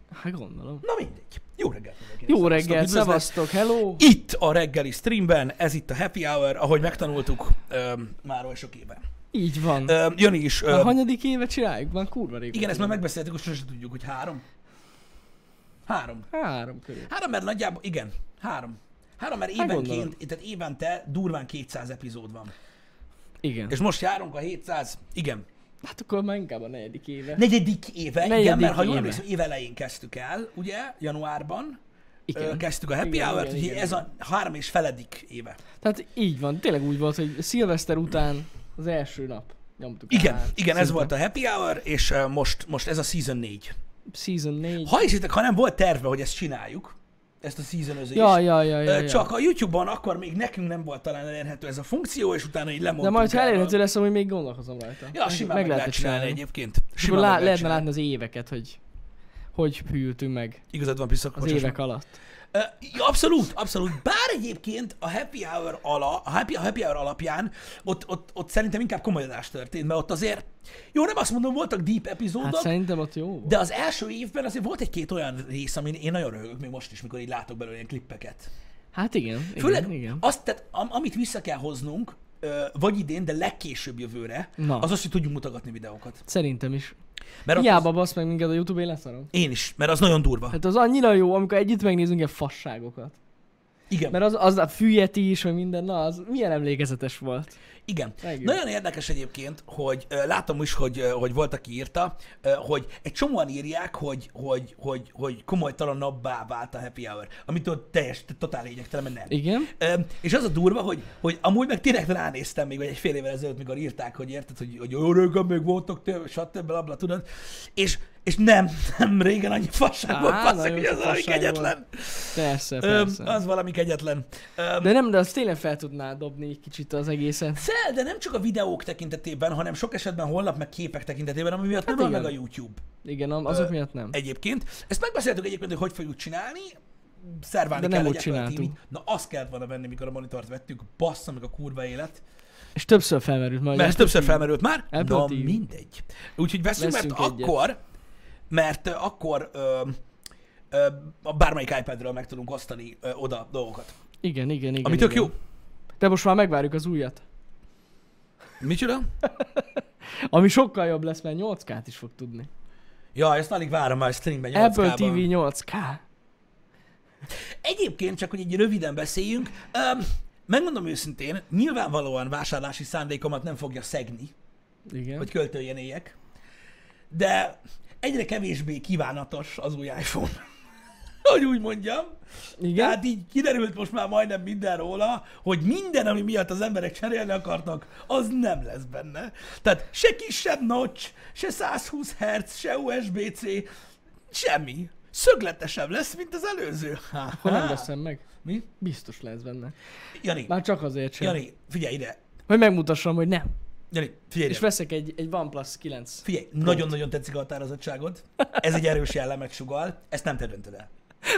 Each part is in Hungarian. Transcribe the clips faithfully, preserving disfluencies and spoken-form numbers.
Hát gondolom. Na mindegy. Jó reggelt mindenkinek. Jó Szevasztok, reggel, üdvözlet. szevasztok, hello! Itt a reggeli streamben, ez itt a Happy Hour, ahogy megtanultuk öm, már oly sok éve. Így van. Öm, Jani is... A Öm, hanyadik éve csináljuk? Már kurva rég. igen, ezt már megbeszéltük, hogy sosem tudjuk, hogy három. Három. Három körül. Három, mert nagyjából, igen, három. Három, mert Hát évenként, gondolom. tehát évente durván kétszáz epizód van. Igen. És most járunk a hétszáz, igen. Hát akkor már inkább a negyedik éve. Negyedik éve, igen, Negyedik mert ha jól éve. emlékszem, év elején kezdtük el, ugye, januárban. Igen. Ö, kezdtük a Happy Igen, Hour-t, igen, ugye igen. ez a három és feledik éve. Tehát így van, tényleg úgy volt, hogy szilveszter után az első nap nyomtuk Igen, át. igen, ez Szinte. volt a Happy Hour, és uh, most, most ez a Season négy. Season négy. Ha hiszitek, ha nem volt terve, hogy ezt csináljuk, ezt a seasonözést, Ja, ja, ja, ja, ö, ja. csak a YouTube-on akkor még nekünk nem volt talán elérhető ez a funkció, és utána így lemondtunk. De majd, ha erről. elérhető lesz, hogy még gondolkozom rajta. Ja, simán meg, meg lehet csinálni egyébként. És Simán akkor lá- meg lehetne csinálni. látni az éveket, hogy hogy hűltünk meg Igazad van, piszak, az bocsáss évek meg. alatt. Ö, ja, abszolút, abszolút. Bár egyébként a Happy Hour, ala, a Happy, a Happy Hour alapján ott, ott, ott szerintem inkább komolyodás történt, mert ott azért, jó, nem azt mondom, voltak deep epizódok, Hát szerintem ott jó volt. de az első évben azért volt egy-két olyan rész, amin én nagyon röhögök még most is, mikor így látok belőle ilyen klippeket. Hát igen, igen, Főleg igen. azt, tehát, am, amit vissza kell hoznunk, ö, vagy idén, de legkésőbb jövőre, Na. az az, hogy tudjunk mutogatni videókat. Szerintem is. Mert ott Hiába basz meg minket a YouTube-én leszarom. én is, mert az nagyon durva. Hát az annyira jó, amikor együtt megnézünk ilyen fasságokat. Igen, Mert az, az a fűjeti is, vagy minden, na az milyen emlékezetes volt. igen. Megjó. Nagyon érdekes egyébként, hogy ö, látom is, hogy, ö, hogy volt, aki írta, ö, hogy egy csomóan írják, hogy, hogy, hogy, hogy komolytalanabbá vált a Happy Hour, amitől teljes, totál lényegtelen, mert nem. Igen. Ö, és az a durva, hogy, hogy amúgy meg direkt ránéztem még, vagy egy fél évvel ezelőtt, mikor írták, hogy érted, hogy, hogy jó régen még voltak, te, stb. Blabla, tudod, és, és nem, nem régen annyi fasság volt, Á, passzak, nagyon hogy az sok valami fasság kegyetlen. Persze, Ö, persze. az valami kegyetlen. Ö, De nem, de azt tényleg fel tudná dobni egy kicsit az egészet. Fel, de nem csak a videók tekintetében, hanem sok esetben honlap meg képek tekintetében, ami miatt Hát nem van igen. meg a YouTube Igen, am- azok Ö, miatt nem. egyébként. Ezt megbeszéltük egyébként, hogy hogy fogjuk csinálni, szerválni De kell nem egy úgy ekkora csináltunk. tévét. Na azt kellett volna venni, mikor a monitort vettük, bassza meg a kurva élet. És többször felmerült majd. Mert ez többször felmerült már, Apple na té vé. mindegy. Úgyhogy veszünk, mert Veszünk egyet. akkor, mert ö, akkor ö, ö, a bármelyik iPadről meg tudunk osztani ö, oda dolgokat. Igen, igen, igen. Ami tök igen. jó. De most már megvárjuk az újat. Micsoda? Ami sokkal jobb lesz, mert nyolc ká-t is fog tudni. Ja, ezt alig várom már a streamben Apple nyolc ká-ban. té vé nyolc ká. Egyébként csak, hogy egy röviden beszéljünk, öm, megmondom őszintén, nyilvánvalóan vásárlási szándékomat nem fogja szegni, Igen. hogy költőjenéjek, de egyre kevésbé kívánatos az új iPhone. Hogy úgy mondjam. Igen. Tehát így kiderült most már majdnem minden róla, hogy minden, ami miatt az emberek cserélni akartak, az nem lesz benne. Tehát se kisebb notch, se száz húsz hertz, se u es bé cé, semmi. Szögletesebb lesz, mint az előző. Akkor nem veszem meg. Mi? Biztos lesz benne. Jani, Már csak azért sem. Jani, figyelj ide. Hogy megmutassam, hogy nem. Jani, figyelj És ide. veszek egy, egy OnePlus kilenc. Figyelj, nagyon-nagyon tetszik a határozottságod. Ez egy erős jellemet sugal. Ezt nem te döntöd el.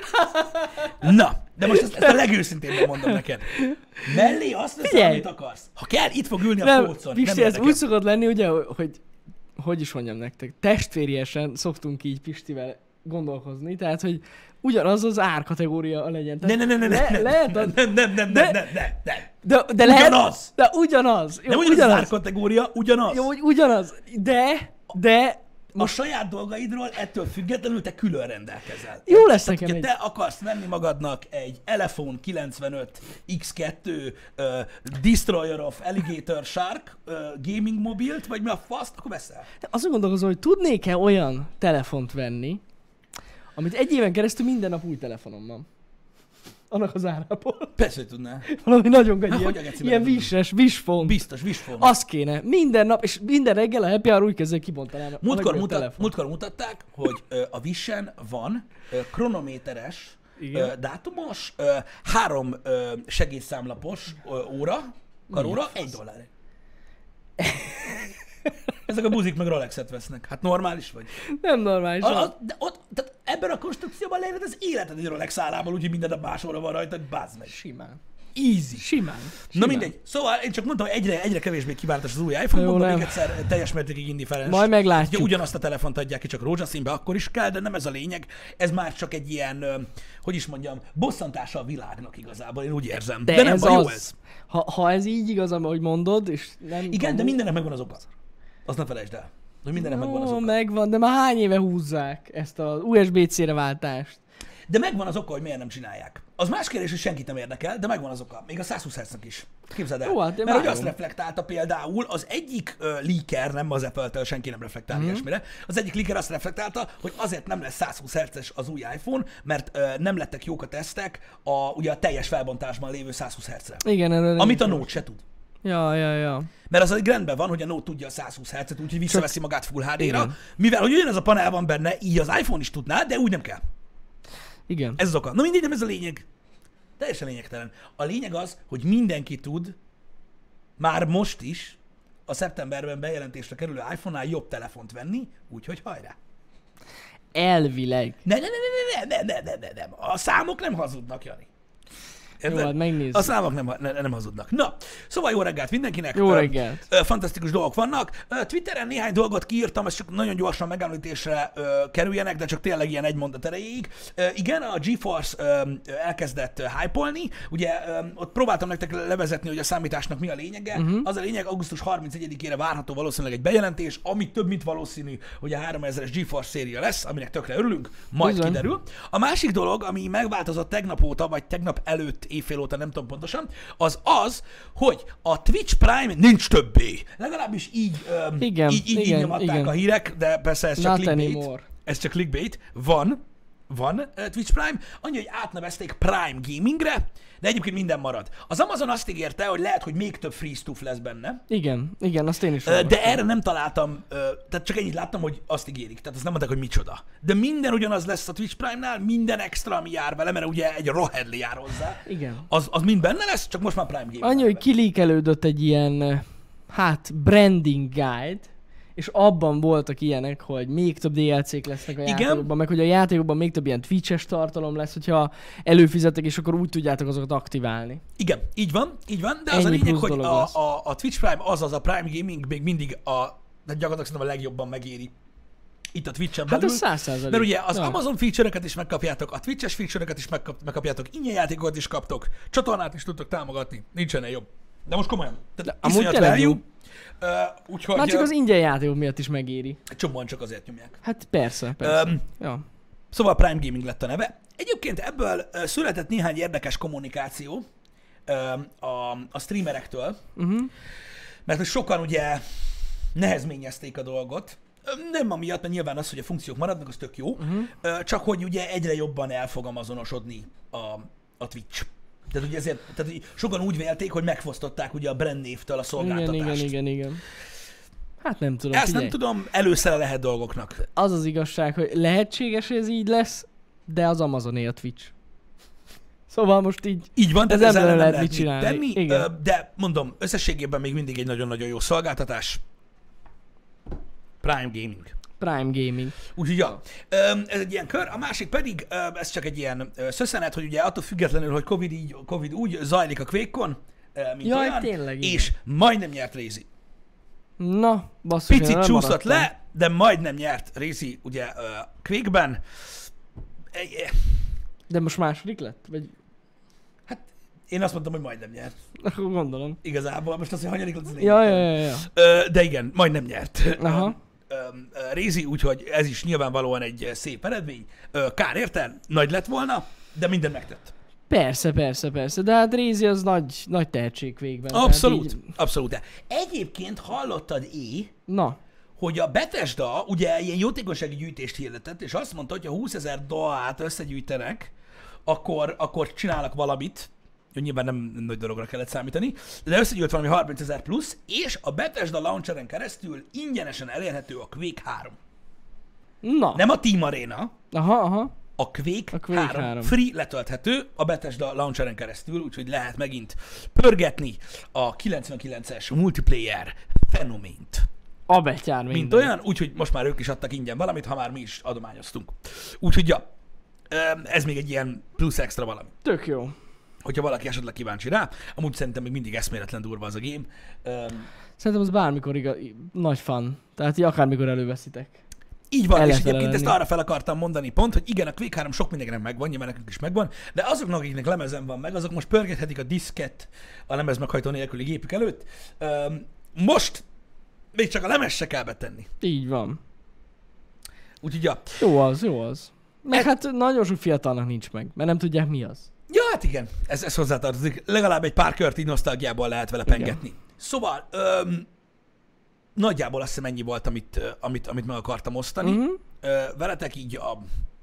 Na, de most ezt, ezt a legőszintébben mondom neked. Mellé azt veszel, Figyelj! amit akarsz. Ha kell, itt fog ülni a Nem, polcon. Pisti, nem ez érdekel. úgy szokott lenni, ugye, hogy hogy is mondjam nektek, testvériesen szoktunk így Pistivel gondolkozni, tehát, hogy ugyanaz az árkategória legyen. Ne, Tehát ne, ne, ne, le- ne, lehet ne, az- ne, nem, nem, de- nem, nem, nem, nem. De, de lehet, Ugyanaz! de ugyanaz. Jó, Nem ugyanaz az ugyanaz. árkategória, ugyanaz. Jó, hogy ugyanaz. De, de A saját dolgaidról ettől függetlenül te külön rendelkezel. jó lesz Tehát, nekem hogyha egy... te akarsz venni magadnak egy Elefone kilencvenöt iksz kettő uh, Destroyer of Alligator Shark uh, gaming mobilt, vagy mi a faszt, akkor veszel. De azon gondolkozom, hogy tudnék-e olyan telefont venni, amit egy éven keresztül minden nap új telefonom van. Annak az árából. Persze, hogy tudnál. Valami nagyon gagy, Hát, ilyen, hogy a geciben ilyen tudom. vises, visfont. Biztos, visfon. Az kéne. Minden nap, és minden reggel a happy hour úgy kezdve kibontanám. a Múltkor, legjobb mutat, telefont. múltkor mutatták, hogy ö, a Vissen van ö, kronométeres, Igen. ö, dátumos, ö, három ö, segédszámlapos ö, óra, karóra, egy dollár. Ezek a buzik meg Rolexet vesznek. Hát normális vagy. Nem normális. A, a, de ott, tehát ebben a konstrukcióban lehetett az életed egy Rolex árából, úgyhogy minden nap más óra van rajta, hogy bázd meg. Simán. Easy. Simán. Na Simán. mindegy. Szóval én csak mondtam, hogy egyre, egyre kevésbé kívánatos az új iPhone, Jó, mondom nem. még egyszer teljes mértékig indifferens. Majd meglátjuk. Ugye ugyanazt a telefont adják ki, csak rózsaszínbe, akkor is kell, de nem ez a lényeg. Ez már csak egy ilyen, ö, hogy is mondjam, bosszantása a világnak igazából, én úgy érzem. De, de nem ez baj, jó az. ez. Ha, ha ez így igaz, ahogy mondod, és nem... Igen, de mindennek megvan az oka. Azt ne felejtsd el. Hogy mindennek megvan az Ó, oka. megvan, de már hány éve húzzák ezt az u es bé cére váltást? De megvan az oka, hogy miért nem csinálják. Az más kérdés, hogy senkit nem érdekel, de megvan az oka. Még a száz húsz hertznek is. Képzeld el. Jó, hát én Mert hogy várom. azt reflektálta például az egyik uh, leaker, nem az Apple-től, senki nem reflektál Mhm. mm. ilyesmire, az egyik leaker azt reflektálta, hogy azért nem lesz száz húsz hertzes az új iPhone, mert uh, nem lettek jók a tesztek a, ugye a teljes felbontásban lévő száz húsz hertzre. Igen, erről Amit a nem- Note se tud. Ja, ja, ja. Mert az egy rendben van, hogy a Note tudja a száz húsz hertzet, úgyhogy visszaveszi magát Full há dé-ra, Igen. mivel hogy ugyanaz a panel van benne, így az iPhone is tudná, de úgy nem kell. Igen. Ez az oka. Na mindegy, nem ez a lényeg. Teljesen lényegtelen. A lényeg az, hogy mindenki tud, már most is, a szeptemberben bejelentésre kerülő iPhone-nál jobb telefont venni, úgyhogy hajrá. Elvileg. Ne, ne, ne, ne, ne, ne, ne, ne, ne, ne. A számok nem hazudnak, Jani. Jó, hát megnézzük. A számok nem, ne, nem hazudnak. Na, szóval jó reggelt mindenkinek. Jó Ö, reggelt. ö, Fantasztikus dolgok vannak. Ö, Twitteren néhány dolgot kiírtam, ezt csak nagyon gyorsan megemlítésre ö, kerüljenek, de csak tényleg ilyen egy mondat erejéig. Ö, igen, a GeForce ö, ö, elkezdett ö, hype-olni. Ugye ö, ott próbáltam nektek levezetni, hogy a számításnak mi a lényege. Uh-huh. Az a lényeg, augusztus harmincegyedikére várható valószínűleg egy bejelentés, ami több mint valószínű, hogy a háromezeres GeForce széria lesz, aminek tökre örülünk, majd Bizony. kiderül. A másik dolog, ami megváltozott tegnap óta, vagy tegnap előtt éjfél óta, nem tudom pontosan, az az, hogy a Twitch Prime nincs többé. Legalábbis így, öm, Igen, így, így, igen, így nyomatták igen. a hírek, de persze ez csak Not clickbait. anymore. Ez csak clickbait. Van, van uh, Twitch Prime, annyi, hogy átnevezték Prime Gamingre, de egyébként minden marad. Az Amazon azt ígérte, hogy lehet, hogy még több free stuff lesz benne, Igen, igen, azt én is Ö, olvastam. de erre nem találtam, ö, tehát csak ennyit láttam, hogy azt ígérik. Tehát azt nem mondták, hogy micsoda. De minden ugyanaz lesz a Twitch Prime-nál, minden extra, ami jár vele, mert ugye egy Rohedli jár hozzá. Igen. Az, az mind benne lesz, csak most már Prime Game. Annyi, hogy kilíkelődött egy ilyen, hát, branding guide, és abban voltak ilyenek, hogy még több dé el cé-k lesznek a Igen. játékokban, meg hogy a játékokban még több ilyen Twitch-es tartalom lesz, hogyha előfizetek, és akkor úgy tudjátok azokat aktiválni. Igen, így van, így van, de az a Ennyi lényeg, plusz hogy dolog a, lesz. a, a Twitch Prime, azaz a Prime Gaming még mindig a, de gyakorlatilag szerintem a legjobban megéri itt a Twitch-en Hát belül. ez száz százalék. Mert ugye az Ja. Amazon feature-öket is megkapjátok, a Twitch-es feature-öket is megkap, megkapjátok, ingyen játékokat is kaptok, csatornát is tudtok támogatni, nincsen jobb. De most komolyan. Tehát amúgy iszonyat tényleg value. jó. Uh, úgyhogy Már csak ö, az ingyen játékok miatt is megéri. csomóan csak azért nyomják. Hát persze, persze. Um, Ja. Szóval Prime Gaming lett a neve. Egyébként ebből ö, született néhány érdekes kommunikáció ö, a, a streamerektől, Uh-huh. mert hogy sokan ugye nehezményezték a dolgot. Ö, Nem amiatt, mert nyilván az, hogy a funkciók maradnak, az tök jó, Uh-huh. Ö, csak hogy ugye egyre jobban el fog amazonosodni a, a Twitch. Tehát ugye ezért, tehát így sokan úgy vélték, hogy megfosztották ugye a brand névtől a Igen, szolgáltatást. igen, igen, igen. Hát nem tudom, Ezt figyelj. nem tudom, előszere lehet dolgoknak. Az az igazság, hogy lehetséges, hogy ez így lesz, de az Amazoné a Twitch. Szóval most így... Így van, tehát Ez ezzel nem nem lehet lehet mit mit csinálni. tenni, Igen. ö, de mondom, összességében még mindig egy nagyon-nagyon jó szolgáltatás. Prime Gaming. Prime Gaming. Úgyhogy ja, Öm, ez egy ilyen kör, a másik pedig, öm, ez csak egy ilyen ö, szösszenet, hogy ugye attól függetlenül, hogy Covid, így, Covid úgy zajlik a Quake-on, ö, mint Jaj, olyan, tényleg, igen. és majdnem nyert Rézi. Na, basszus, én Picit nem csúszott maradtam. le, de majdnem nyert Rézi ugye ö, Quake-ben. E, e, De most második lett? Vagy Hát én azt mondtam, hogy majdnem nyert. akkor gondolom. Igazából most az, hogy hanyadik lett, az Ja, lényegtelen. ja, ja, ja. Ö, de igen, majdnem nyert. Aha. Öm, öm, ö, Rézi, úgyhogy ez is nyilvánvalóan egy szép eredmény. Ö, Kár érte, nagy lett volna, de minden megtett. Persze, persze, persze. De hát Rézi az nagy, nagy tehetség végben. Abszolút, Tehát így... abszolút. De egyébként hallottad é, Na, hogy a Bethesda ugye ilyen jótékonysági gyűjtést hirdetett, és azt mondta, hogy ha húszezer dollát összegyűjtenek, akkor, akkor csinálnak valamit. Jó, nyilván nem nagy dologra kellett számítani, de összegyűjt valami harmincezer plusz, és a Bethesda launcheren keresztül ingyenesen elérhető a Quake három. na. Nem a Team Arena, Aha, aha. a Quake, A Quake három, három. free letölthető a Bethesda launcheren keresztül, úgyhogy lehet megint pörgetni a kilencvenkilences multiplayer fenomént. A betyár Mint minden. olyan, úgyhogy most már ők is adtak ingyen valamit, ha már mi is adományoztunk. Úgyhogy ja, ez még egy ilyen plusz extra valami. Tök jó. hogyha valaki esetleg kíváncsi rá. Amúgy szerintem még mindig eszméletlen durva az a game. Um, Szerintem az bármikor igaz, nagy fan. Tehát így akármikor előveszitek. Így van, El és lehet egyébként lenni. ezt arra fel akartam mondani pont, hogy igen, a Quake három sok mindenkinek megvan, nyilván nekünk is megvan, de azoknak, akiknek lemezen van meg, azok most pörgethetik a diszket a lemez meghajtó nélküli gépük előtt. Um, most még csak a lemez se kell betenni. Így van. Úgyhogy ja. Jó az, jó az. Meg hát nagyon sok fiatalnak nincs meg, mert nem tudják mi az. Ja, hát igen, ez, ez hozzátartozik. Legalább egy pár kört így nosztalgiából lehet vele pengetni. Igen. Szóval, öm, nagyjából azt hiszem ennyi volt, amit, amit, amit meg akartam osztani. Uh-huh. Ö, veletek így a,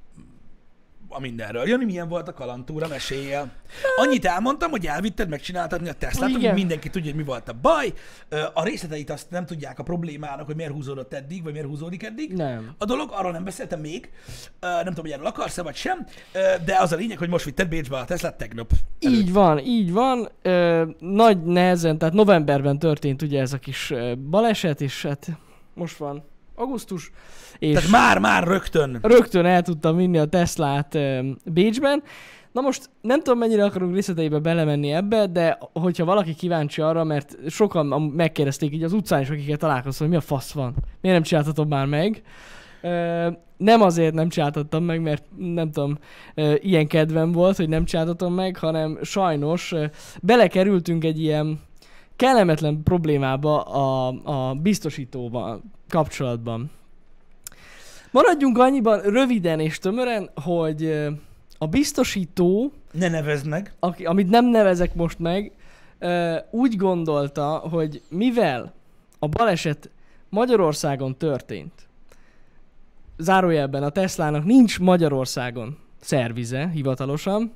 a mindenről. Jani, milyen volt a kalandtúra, meséljél. Annyit elmondtam, hogy elvitted megcsináltatni a Teslát, hogy mindenki tudja, hogy mi volt a baj. Ö, a részleteit azt nem tudják a problémának, hogy miért húzódott eddig, vagy miért húzódik eddig. Nem. A dolog, arról nem beszéltem még. Ö, nem tudom, hogy erről akarsz-e, vagy sem. Ö, de az a lényeg, hogy most vitted Bécsbe a Teslát tegnap. Előtt. Így van, így van. Ö, nagy nehezen, tehát novemberben történt ugye ez a kis baleset, és hát most van augusztus. És tehát már-már rögtön. Rögtön el tudtam vinni a Teslát ö, Bécsben. Na most nem tudom, mennyire akarunk részleteibe belemenni ebbe, de hogyha valaki kíváncsi arra, mert sokan megkérdezték így az utcán is, akikkel találkoztam, hogy mi a fasz van, miért nem csináltatom már meg. Ö, nem azért nem csináltattam meg, mert nem tudom, ö, ilyen kedvem volt, hogy nem csináltatom meg, hanem sajnos ö, belekerültünk egy ilyen kellemetlen problémába a, a biztosítóval kapcsolatban. Maradjunk annyiban röviden és tömören, hogy ö, a biztosító, ne nevezd meg, aki, amit nem nevezek most meg, ö, úgy gondolta, hogy mivel a baleset Magyarországon történt, zárójelben a Teslának nincs Magyarországon szervize hivatalosan,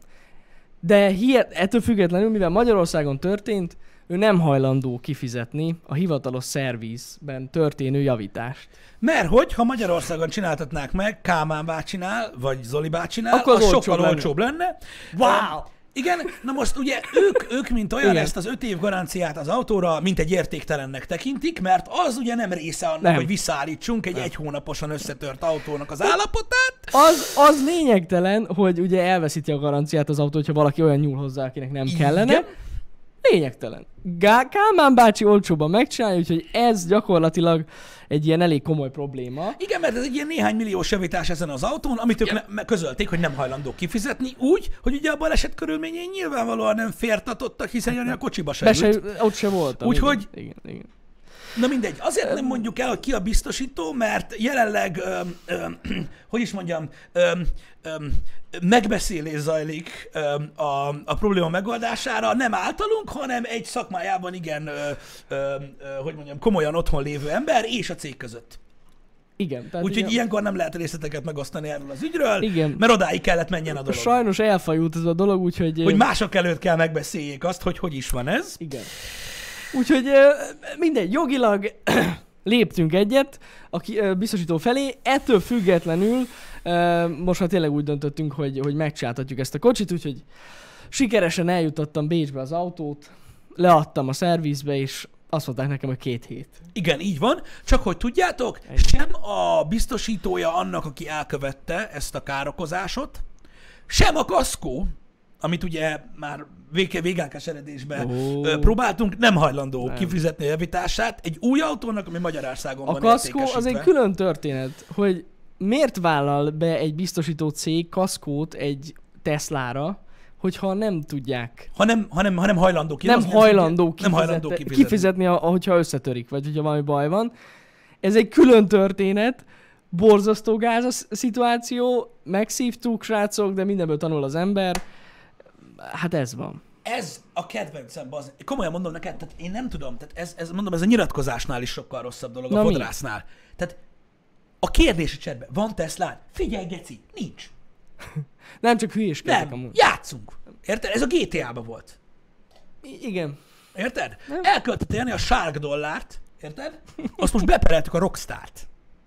de hihet, ettől függetlenül, mivel Magyarországon történt, ő nem hajlandó kifizetni a hivatalos szervizben történő javítást. Mert hogy, ha Magyarországon csináltatnák meg, Kálmán bácsinál, vagy Zoli bácsinál, akkor az olcsóbb sokkal lenne. olcsóbb lenne. Wow! Igen, na most ugye ők, ők mint olyan Igen. ezt az öt év garanciát az autóra, mint egy értéktelennek tekintik, mert az ugye nem része annak, Nem. hogy visszaállítsunk egy egy hónaposan összetört autónak az állapotát. Az, az lényegtelen, hogy ugye elveszíti a garanciát az autó, hogyha valaki olyan nyúl hozzá, akinek nem kellene. Igen. Lényegtelen. Gá- Kálmán bácsi olcsóban megcsinálja, úgyhogy ez gyakorlatilag egy ilyen elég komoly probléma. Igen, mert ez egy ilyen néhány milliós javítás ezen az autón, amit ők ne- közölték, hogy nem hajlandók kifizetni, úgy, hogy ugye a baleset körülményei nyilvánvalóan nem fértatottak, hiszen Jani a kocsiba se Be se, ült. ott se voltam. Úgyhogy- Igen, igen, igen. Na mindegy, azért nem mondjuk el, hogy ki a biztosító, mert jelenleg, öm, öm, hogy is mondjam, öm, öm, megbeszélés zajlik öm, a, a probléma megoldására, nem általunk, hanem egy szakmájában igen, ö, ö, ö, hogy mondjam, komolyan otthon lévő ember és a cég között. Igen. Tehát Úgyhogy igen, ilyenkor nem lehet részleteket megosztani erről az ügyről, Igen. mert odáig kellett menjen a dolog. sajnos elfajult ez a dolog, úgyhogy... Hogy mások előtt kell megbeszéljék azt, hogy hogy is van ez. Igen. Úgyhogy ö, mindegy, jogilag léptünk egyet a ki- ö, biztosító felé, ettől függetlenül ö, most már tényleg úgy döntöttünk, hogy, hogy megcsináltatjuk ezt a kocsit, úgyhogy sikeresen eljutottam Bécsbe az autót, leadtam a szervizbe, és azt mondták nekem, hogy két hét. Igen, így van. Csak hogy tudjátok, Ennyi. sem a biztosítója annak, aki elkövette ezt a károkozásot, sem a kaszkó, amit ugye már vége, végálkeseredésben Ó. ö, próbáltunk, nem hajlandó Nem. kifizetni a javítását egy új autónak, ami Magyarországon A van kaszkó az értékesítve. egy külön történet, hogy miért vállal be egy biztosító cég kaszkót egy Teslára, hogyha nem tudják, Ha nem, ha nem, ha nem hajlandó ki, nem az hajlandó, nem kifizette, hajlandó kifizetni. kifizetni, a- hogyha összetörik, vagy hogyha valami baj van. Ez egy külön történet, borzasztó gáz a sz- szituáció, megszívtuk, srácok, de mindenből tanul az ember. Hát ez van. Ez a kedvencem, az. Komolyan mondom neked, tehát én nem tudom, tehát ez, ez, mondom, ez a nyilatkozásnál is sokkal rosszabb dolog, Na a mi? fodrásznál. Tehát a kérdés a csetben, van Teslád? Figyelj, geci, nincs. Nem csak hülyéskedek Nem, amúgy. játszunk. Érted? Ez a gé té á-ba volt. I- Igen. Érted? Nem. Elköltötte Jani a Shark dollárt, érted? Azt most bepereltük a Rockstart.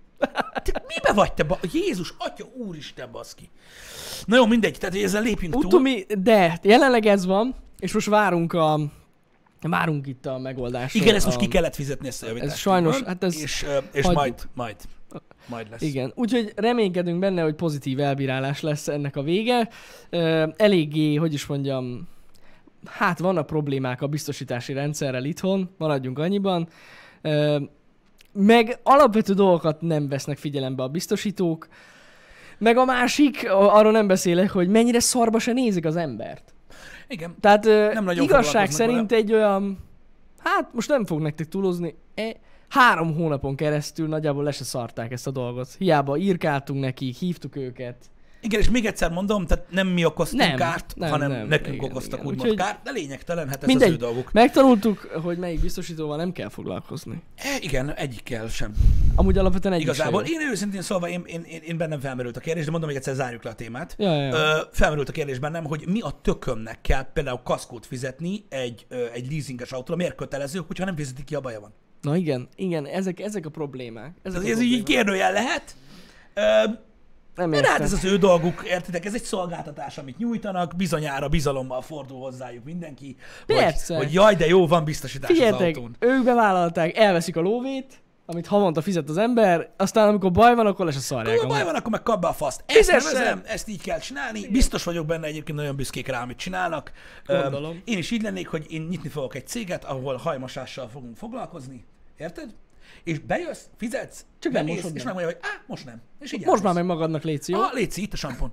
Te mibe vagy te? Ba- Jézus, atya, úristen, baszki. Na jó, mindegy, tehát hogy ezzel lépjünk túl. Utumi, de jelenleg ez van, és most várunk a várunk itt a megoldásra. Igen, ezt most a, ki kellett fizetni ezt a javítást. Ez sajnos, Van, hát ez És, ö, és hagyjuk. majd, majd, majd lesz. Igen, úgyhogy reménykedünk benne, hogy pozitív elbírálás lesz ennek a vége. Ö, eléggé, hogy is mondjam, hát vannak problémák a biztosítási rendszerrel itthon, maradjunk annyiban. Ö, meg alapvető dolgokat nem vesznek figyelembe a biztosítók. Meg a másik, arról nem beszélek, hogy mennyire szarba se nézik az embert. Igen. Tehát nem igazság szerint vele. Egy olyan, hát most nem fog nektek túlozni, e, három hónapon keresztül nagyjából le se szarták ezt a dolgot. Hiába írkáltunk nekik, hívtuk őket. Igen, és még egyszer mondom, tehát nem mi okoztunk nem, kárt, nem, hanem nem, nekünk igen, okoztak igen. úgymond kárt, de lényegtelen, hát ez mindegy, az ő dolguk. Megtanultuk, hogy melyik biztosítóval nem kell foglalkozni. E, igen, egyikkel sem. Amúgy alapvetően egyik Igazából én őszintén szólva, én, én, én, én bennem felmerült a kérdés, de mondom, még egyszer zárjuk le a témát. Ja, ja. Ö, felmerült a kérdés bennem, hogy mi a tökömnek kell például kaszkót fizetni egy, ö, egy leasinges autóra, miért kötelező, hogyha nem fizeti ki, a baja van. Na igen, igen, ezek, ezek a problémák. Ezek ez a problémák. így kérdőjel lehet. Ö, Nem Mert hát ez az ő dolguk, értitek? Ez egy szolgáltatás, amit nyújtanak, bizonyára bizalommal fordul hozzájuk mindenki, hogy, hogy jaj, de jó, van biztosítás Figyeljetek, az autón. Ők bevállalták, elveszik a lóvét, amit havonta fizet az ember, aztán amikor baj van, akkor le se szarják. Amikor baj van, akkor meg kap be a faszt. Ezt nevezem, ezt így kell csinálni. Igen. Biztos vagyok benne, egyébként nagyon büszkék rá, amit csinálnak. Gondolom. Én is így lennék, hogy én nyitni fogok egy céget, ahol hajmosással fogunk foglalkozni. Érted? És bejössz, fizetsz, csak bemész, és megmondja, hogy á, most nem. És így most már meg magadnak léci, jó? Ah, léci, itt a sampon.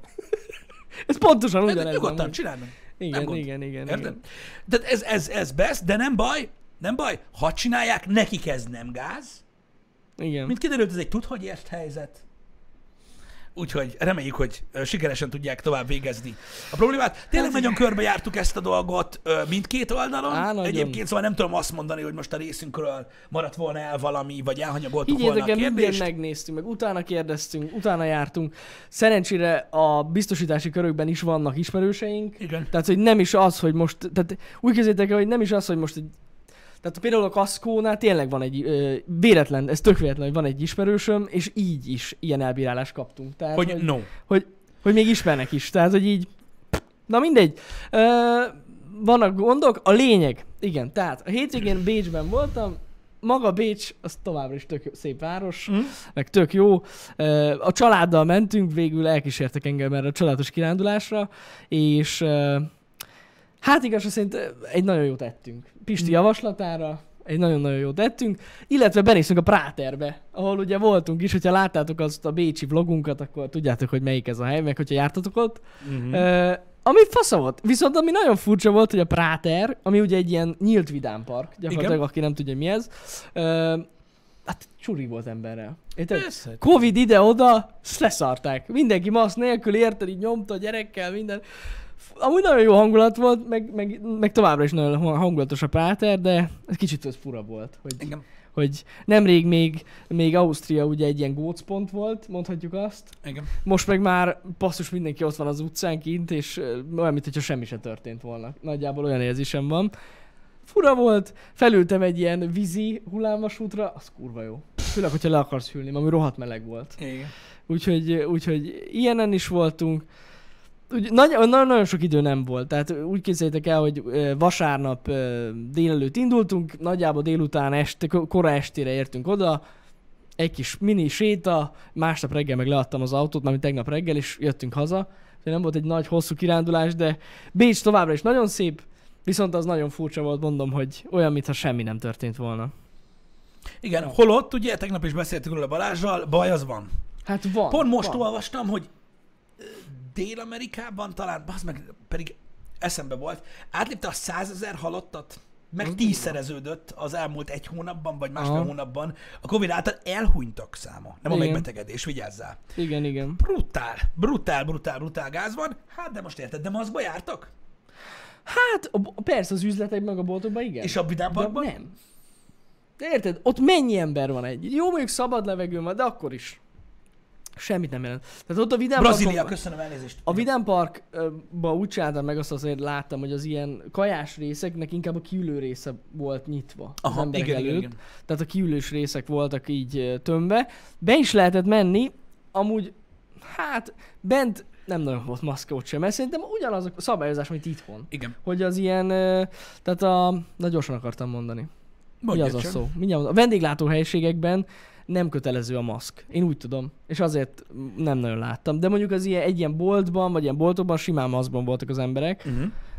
Ez pontosan ugyanez. Nyugodtan, csináld meg. Igen, igen, igen, igen. De ez, ez, ez best, de nem baj, nem baj. Ha csinálják, nekik ez nem gáz. Igen. Mint kiderült, ez egy tud, hogy ért helyzet. Úgyhogy reméljük, hogy sikeresen tudják tovább végezni a problémát. Tényleg nagyon körbejártuk ezt a dolgot mindkét oldalon. Á, egyébként szóval nem tudom azt mondani, hogy most a részünkről maradt volna el valami, vagy elhanyagoltuk volna a kérdést. Mindent megnéztünk, meg utána kérdeztünk, utána jártunk. Szerencsére a biztosítási körökben is vannak ismerőseink. Igen. Tehát, hogy nem is az, hogy most, tehát úgy képzeljétek el, hogy nem is az, hogy most egy Tehát például a kaszkónál tényleg van egy, ö, véletlen, ez tök véletlen, hogy van egy ismerősöm, és így is ilyen elbírálást kaptunk. Tehát, hogy, hogy no. Hogy, hogy még ismernek is, tehát hogy így, na mindegy. Ö, vannak gondok, a lényeg, igen, tehát a hétvégén Bécsben voltam, maga Bécs, az továbbra is tök szép város, mm. meg tök jó. A családdal mentünk, végül elkísértek engem erre a családos kirándulásra, és hát igazság szerint egy nagyon jót ettünk. Pisti javaslatára egy nagyon-nagyon jót ettünk, illetve benéztünk a Práterbe, ahol ugye voltunk is, hogyha láttátok azt a bécsi vlogunkat, akkor tudjátok, hogy melyik ez a hely, meg hogyha jártatok ott. Mm-hmm. Uh, ami fasza volt. Viszont ami nagyon furcsa volt, hogy a Práter, ami ugye egy ilyen nyílt vidámpark, gyakorlatilag igen. Aki nem tudja mi ez, uh, hát csuri volt emberrel. Érted? Covid ide-oda, leszarták. Mindenki maszk nélkül, érted, így nyomta a gyerekkel, minden. Amúgy nagyon jó hangulat volt, meg, meg, meg továbbra is nagyon hangulatos a Práter, de ez kicsit az fura volt, hogy, hogy nemrég még, még Ausztria ugye egy ilyen gócpont volt, mondhatjuk azt. Igen. Most meg már basszus mindenki ott van az utcán kint, és olyan, mintha semmi sem történt volna. Nagyjából olyan érzésem van. Fura volt, felültem egy ilyen vízi hullámvasútra, az kurva jó. Főleg, hogyha le akarsz hűlni, ami rohadt meleg volt. Igen. Úgyhogy, úgyhogy ilyenen is voltunk. Úgy, nagy, nagyon, nagyon sok idő nem volt, tehát úgy képzeljétek el, hogy vasárnap délelőtt indultunk, nagyjából délután este, kora estére értünk oda, egy kis mini séta, másnap reggel meg leadtam az autót, mármint tegnap reggel, és jöttünk haza. Nem volt egy nagy, hosszú kirándulás, de Bécs továbbra is nagyon szép, viszont az nagyon furcsa volt, mondom, hogy olyan, mintha semmi nem történt volna. Igen, holott, ugye, tegnap is beszéltünk róla Balázsral, baj az van. Hát van. Pont most van. olvastam, hogy Dél-Amerikában talán, bazd meg, pedig eszembe volt, átlépte a százezer halottat, meg tízszereződött az elmúlt egy hónapban, vagy másfél Aha. hónapban a Covid által elhunytak száma. Nem igen. a megbetegedés, vigyázzál. Igen, igen. Brutál, brutál, brutál, brutál gáz van. Hát de most érted, de maszkba jártak? Hát persze az üzletek meg a boltokban igen. És a Vidámparkban? Nem. De érted, ott mennyi ember van egy? Jó, mondjuk szabad levegő van, de akkor is. Semmit nem jelent. Tehát ott a Vidám Brazília, Parkon, köszönöm elnézést. A Vidám Parkban úgy csináltam meg, azt azért láttam, hogy az ilyen kajás részeknek inkább a kiülő része volt nyitva. Aha, az emberek igen, előtt. igen, igen. Tehát a kiülős részek voltak így tömve. Be is lehetett menni, amúgy hát bent nem nagyon volt maszkot sem, mert szerintem ugyanaz a szabályozás, mint itthon. Igen. Hogy az ilyen, tehát a, na gyorsan akartam mondani. Mi az a szó? Mindjárt, a vendéglátóhelyiségekben nem kötelező a maszk. Én úgy tudom. És azért nem nagyon láttam. De mondjuk az ilyen, egy ilyen boltban, vagy ilyen boltokban simán maszkban voltak az emberek. Uh-huh.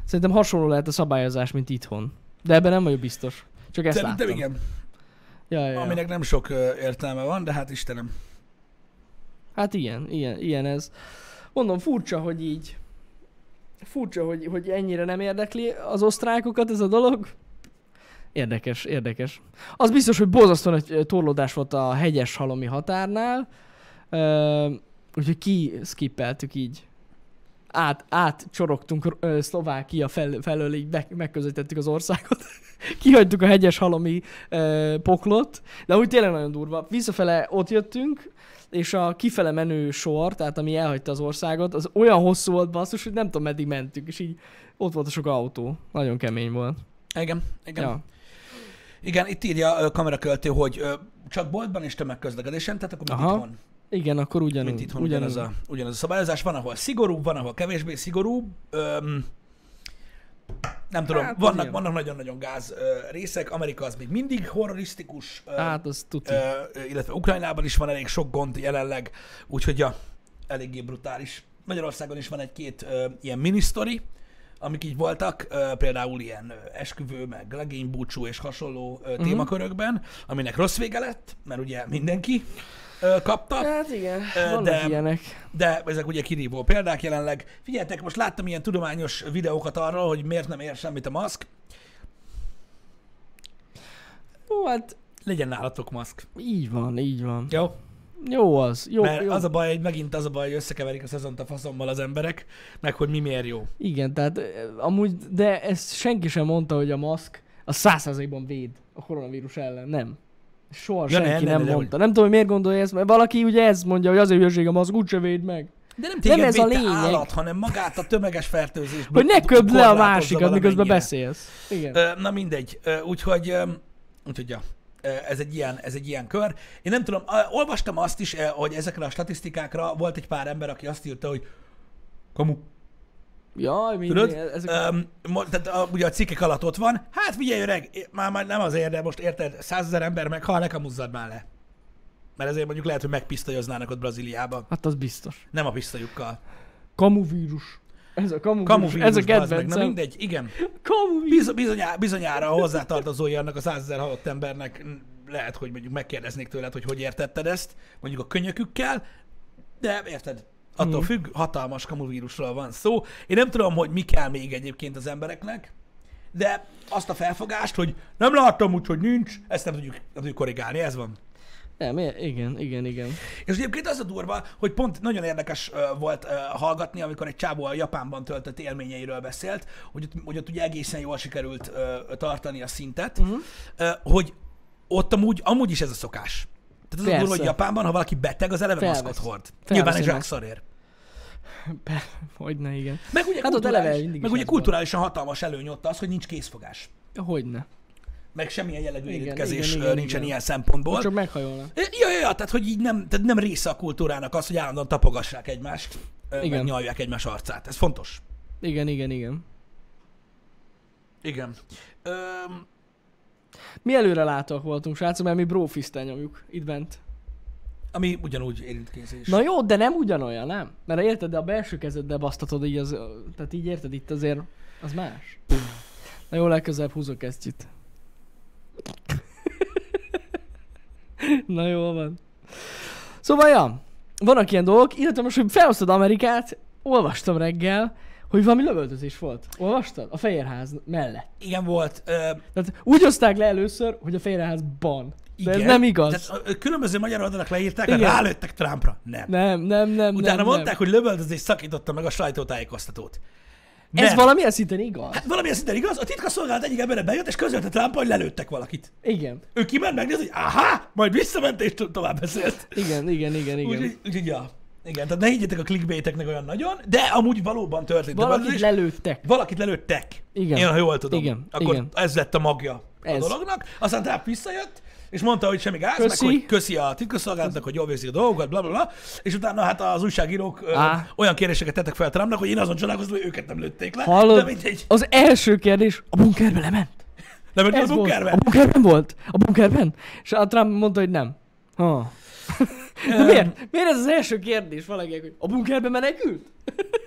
Szerintem hasonló lehet a szabályozás, mint itthon. De ebben nem vagyok biztos. Csak ezt Szerintem láttam. igen. Ja, ja, ja. Aminek nem sok ö, értelme van, de hát Istenem. Hát ilyen, ilyen, ilyen ez. Mondom, furcsa, hogy így. Furcsa, hogy, hogy ennyire nem érdekli az osztrákokat ez a dolog. Érdekes, érdekes. Az biztos, hogy borzasztóan egy torlódás volt a hegyes halomi határnál. Uh, úgyhogy ki skippeltük így. Át, átcsorogtunk uh, Szlovákia fel, felől, így be, megközelítettük az országot. Kihagytuk a hegyes halomi uh, poklot, de úgy tényleg nagyon durva. Visszafele ott jöttünk, és a kifele menő sor, tehát ami elhagyta az országot, az olyan hosszú volt basszus, hogy nem tudom meddig mentünk, és így ott volt a sok autó. Nagyon kemény volt. Igen, igen. Ja. Igen, itt írja a kameraköltő, hogy ö, csak boltban és tömegközlekedésen, tehát akkor mint Aha. itthon. Igen, akkor ugyanúgy. Mint itthon ugyanúgy. ugyanaz, a, ugyanaz a szabályozás. Van, ahol szigorúbb, van, ahol kevésbé szigorúbb. Öm, nem tudom, Hát, az vannak, ilyen. vannak nagyon-nagyon gáz ö, részek. Amerika az még mindig horrorisztikus, ö, Hát, az tuti. ö, illetve Ukrajnában is van elég sok gond jelenleg, úgyhogy ja, eléggé brutális. Magyarországon is van egy-két ö, ilyen minisztori, amik így voltak, ö, például ilyen ö, esküvő, meg legénybúcsú és hasonló ö, Mhm. témakörökben, aminek rossz vége lett, mert ugye mindenki ö, kapta. Hát igen, Ö, vannak de- ilyenek. De ezek ugye kirívó példák jelenleg. Figyeljetek, most láttam ilyen tudományos videókat arról, hogy miért nem ér semmit a maszk. Ó, hát Legyen nálatok maszk. így van, így van. Jó? Jó az. Jó, Mert jó. az a baj, hogy megint az a baj, hogy összekeverik a szezont a faszommal az emberek, meg hogy mi miért jó. Igen, tehát eh, amúgy, de ezt senki sem mondta, hogy a maszk a száz százalékban véd a koronavírus ellen. Nem. Soha Ja, senki nem, nem, nem, nem, mondta. Nem tudom, hogy miért gondolja ezt, mert valaki ugye ez mondja, hogy azért hülyeség a maszk, úgyse véd meg. De nem Nem téged ez a véd, te lényeg. állat, hanem magát a tömeges fertőzést. Hogy ne köbd le a korlátozza másikat, miközben valamennyire. beszélsz. Igen. Ö, Na mindegy. Ö, Úgyhogy, ö, úgyhogy ja. Ö, Ez egy, ilyen, ez egy ilyen kör. Én nem tudom, ö, olvastam azt is, ö, hogy ezekre a statisztikákra volt egy pár ember, aki azt írta, hogy kamu. Jaj, Tudod? mindig. Ezek... Öm, mo- tehát a, ugye a cikkek alatt ott van. Hát figyelj öreg, már, már nem azért, de most érted, százezer ember meghal, ne kamuzzad már le. Mert ezért mondjuk lehet, hogy megpisztolyoznának ott Brazíliába. Hát az biztos. Nem a pisztolyukkal. Kamuvírus. Ez a kamuvírus. Kamuvírus, Ez a bazd meg. Na kedvencem. mindegy, igen. Kamuvírus. Biz, bizonyá, bizonyára a hozzátartozói annak a százezer halott embernek m, lehet, hogy mondjuk megkérdeznék tőled, hogy hogy értetted ezt, mondjuk a könyökükkel, de érted, attól Mhm. függ, hatalmas kamuvírusról van szó. Én nem tudom, hogy mi kell még egyébként az embereknek, de azt a felfogást, hogy nem láttam úgy, hogy nincs, ezt nem tudjuk, nem tudjuk korrigálni, ez van. Nem, igen, igen, igen. És egyébként az a durva, hogy pont nagyon érdekes ö, volt ö, hallgatni, amikor egy csávó a Japánban töltött élményeiről beszélt, hogy ott, hogy ott ugye egészen jól sikerült ö, tartani a szintet, Mhm. ö, hogy ott amúgy, amúgy is ez a szokás. Tehát az a durva, hogy Persze. Japánban, ha valaki beteg, az eleve Felvesz. maszkot hord. Felveszi Nyilván egy a zsák maszkot. szarér. Be, hogyne, igen. Meg ugye, Hát ott eleve kulturális, mindig meg is ugye ez volt. kulturálisan hatalmas előny ott az, hogy nincs készfogás. Hogyne. Meg semmilyen jellegű Igen, érintkezés igen, ö, igen, nincsen igen. ilyen szempontból. Csak meghajolna. Ja, ja, ja, tehát hogy így nem, tehát nem része a kultúrának az, hogy állandóan tapogassák egymást, ö, meg Igen. nyalják egymás arcát. Ez fontos. Igen, igen, igen. Igen. Öm, Mi előre látók voltunk, srácok, mert mi brófisztel nyomjuk itt bent. ami ugyanúgy érintkezés. Na jó, de nem ugyanolyan, nem? Mert érted, de a belső kezeddel basztatod így az... Tehát így érted, itt azért az más. Na jó, legközelebb húzok kesztyűt. Na jó van. Szóval, ja, vannak ilyen dolgok, illetve most, hogy felosztod Amerikát, olvastam reggel, hogy valami lövöldözés volt. Olvastad? A Fehérház mellett. Igen, volt. Ö, Tehát úgy oszták le először, hogy a Fehérházban. De igen. ez nem igaz. Tehát, ö, különböző magyar oldalak leírták, Igen. hogy rálőttek Trumpra. Nem. Nem, nem, nem, Utána nem, mondták, nem. hogy lövöldözés szakította meg a sajtótájékoztatót. Ez Nem. valamilyen szinten igaz. Hát valamilyen szinten igaz, a titkosszolgálat egyik embere bejött, és közölte Trump, hogy lelőttek valakit. Igen. Ő kiment, megnézni, hogy aha, majd visszament, és to- tovább beszélt. Igen, igen, igen, igen. Úgyhogy, úgyhogy ja. Igen, tehát ne higgyetek a clickbaiteknek olyan nagyon, de amúgy valóban történt. Valakit lövöldözés. lelőttek. Valakit lelőttek. Igen. Én, ha jól tudom. Igen, Akkor igen. ez lett a magja Ez. a dolognak. Aztán Trump visszajött, és mondta, hogy semmi gáz, Köszi. meg hogy köszi a titkosszolgálatnak, hogy jól végzik a dolgokat, bla, bla, bla. És utána hát az újságírók ö, Á. olyan kérdéseket tettek fel Trumpnak, hogy én azon csodálkoztam, hogy őket nem lőtték le. De Hallod? mindegy. Az első kérdés, a bunkerbe lement. Lement a Ez volt. bunkerbe? A bunkerben volt? A bunkerben? És a Trump mondta, hogy nem. Ha. De Öm. miért? Miért ez az első kérdés valaki, hogy a bunkerbe menekült?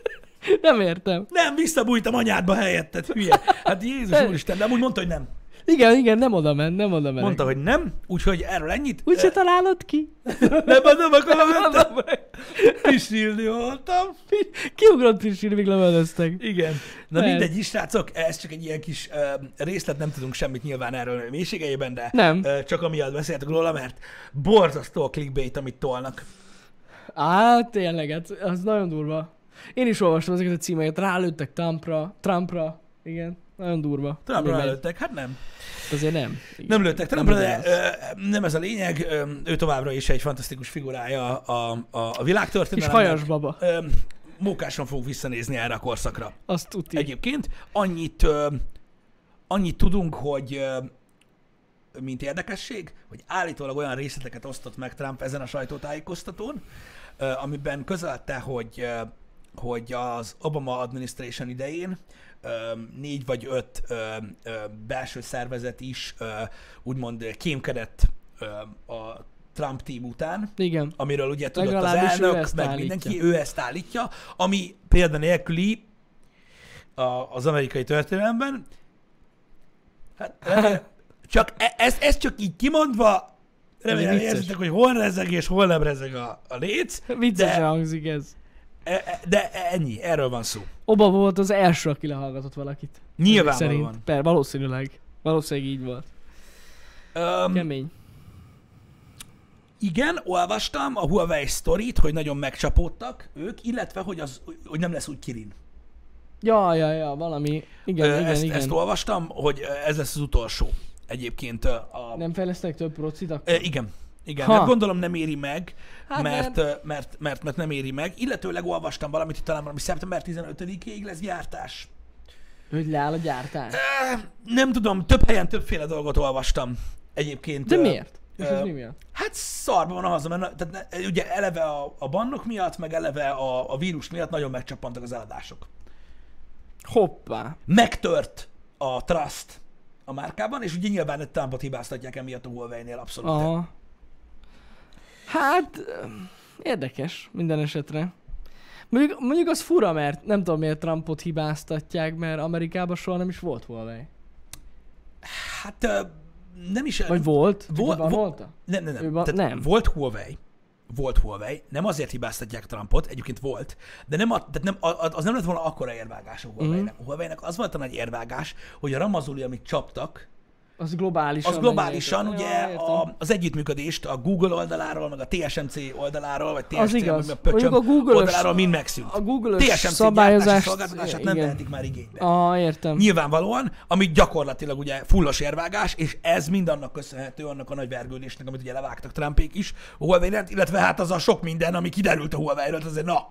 Nem értem. Nem, visszabújtam anyádba helyetted, hülye. Hát Jézus úristen, de amúgy mondta, hogy nem. Igen, igen, nem oda ment, nem oda ment. Mondta, hogy nem, úgyhogy erről ennyit. Úgyse találod ki. Nem adom, akkor mentem. Pisilni voltam. Kiugrott pisilni, még lövöldöztek. Igen. Na Mert... mindegy is, srácok, ez csak egy ilyen kis uh, részlet, nem tudunk semmit nyilván erről mélységeiben, de nem. Uh, csak amiatt beszéltek róla, mert borzasztó a clickbait, amit tolnak. Á, tényleg, hát az nagyon durva. Én is olvastam ezeket a címeket, rálőttek Trumpra, Trumpra, igen, nagyon durva. Trumpra rálőttek, hát nem. Azért nem. Igen. Nem lőttek Trumpra, de ö, nem ez a lényeg, ö, ő továbbra is egy fantasztikus figurája a, a, a világtörténelemnek. És hajas baba. Ö, mókásan fogunk visszanézni erre a korszakra. Azt tudni. Egyébként annyit, ö, annyit tudunk, hogy ö, mint érdekesség, hogy állítólag olyan részleteket osztott meg Trump ezen a sajtótájékoztatón, ö, amiben közölte, hogy, ö, hogy az Obama administration idején ö, négy vagy öt ö, ö, belső szervezet is ö, úgymond kémkedett ö, a Trump team után, igen. Amiről ugye tudott az Legalábbis elnök, meg állítja. mindenki, ő ezt állítja, ami példanélküli a, az amerikai történelemben. Hát, csak e- ez, ez csak így kimondva, remélem érzitek, hogy hol rezeg és hol nem rezeg a, a léc. Viccesen hangzik ez. De ennyi, erről van szó. Obama volt az első, aki lehallgatott valakit. Nyilvánvalóan. Per, valószínűleg. Valószínűleg így volt. Um, Kemény. Igen, olvastam a Huawei sztorit, hogy nagyon megcsapódtak ők, illetve, hogy, az, hogy nem lesz úgy Kirin. Ja, ja, ja, valami. Igen, Ö, igen, ezt, igen. ezt olvastam, hogy ez lesz az utolsó egyébként. A... Nem fejlesztek több procit akkor? E, igen. Igen, Ha. mert gondolom nem éri meg, Hát mert, mert... Mert, mert, mert nem éri meg. Illetőleg olvastam valamit, hogy talán valami szeptember tizenötödikéig lesz gyártás. Hogy leáll a gyártás? E, nem tudom, több helyen többféle dolgot olvastam egyébként. De miért? És Ö, ez mi miatt? Hát szarban van a haza, mert tehát, ne- ugye eleve a, a bannok miatt, meg eleve a, a vírus miatt nagyon megcsappantak az eladások. Hoppá. Megtört a trust a márkában, és ugye nyilván egy Trumpot hibáztatják emiatt a Huawei-nél abszolút. Aha. Hát, érdekes minden esetre. Mondjuk, mondjuk az fura, mert nem tudom miért Trumpot hibáztatják, mert Amerikában soha nem is volt Huawei. Hát ö, nem is... Vagy volt? Vol- Van vo- volta? Nem, nem, Ő nem. van- Tehát nem. Volt Huawei, volt Huawei, nem azért hibáztatják Trumpot, egyébként volt, de nem, a, tehát nem, a- az nem lett volna akkora érvágás a Huawei-nek. Mhm. A Huawei-nek az volt a nagy érvágás, hogy a Ramazuli, amit csaptak, Az globálisan. az globálisan mennyire- ugye Ja, értem. a, az együttműködést a Google oldaláról, meg a té es em cé oldaláról, vagy té es Az cé, igaz. meg a pöcsöm Mondjuk a Google-ös- oldaláról mind megszűnt. A Google-ös té es em cé szabályozást- gyártási szolgáltatását nem igen. vehetik már igénybe. Ah, értem. Nyilvánvalóan, ami gyakorlatilag ugye fullos érvágás, és ez mind annak köszönhető, annak a nagy vergődésnek, amit ugye levágtak Trumpék is a Huawei-net, illetve hát az a sok minden, ami kiderült a Huawei-ről, azért na,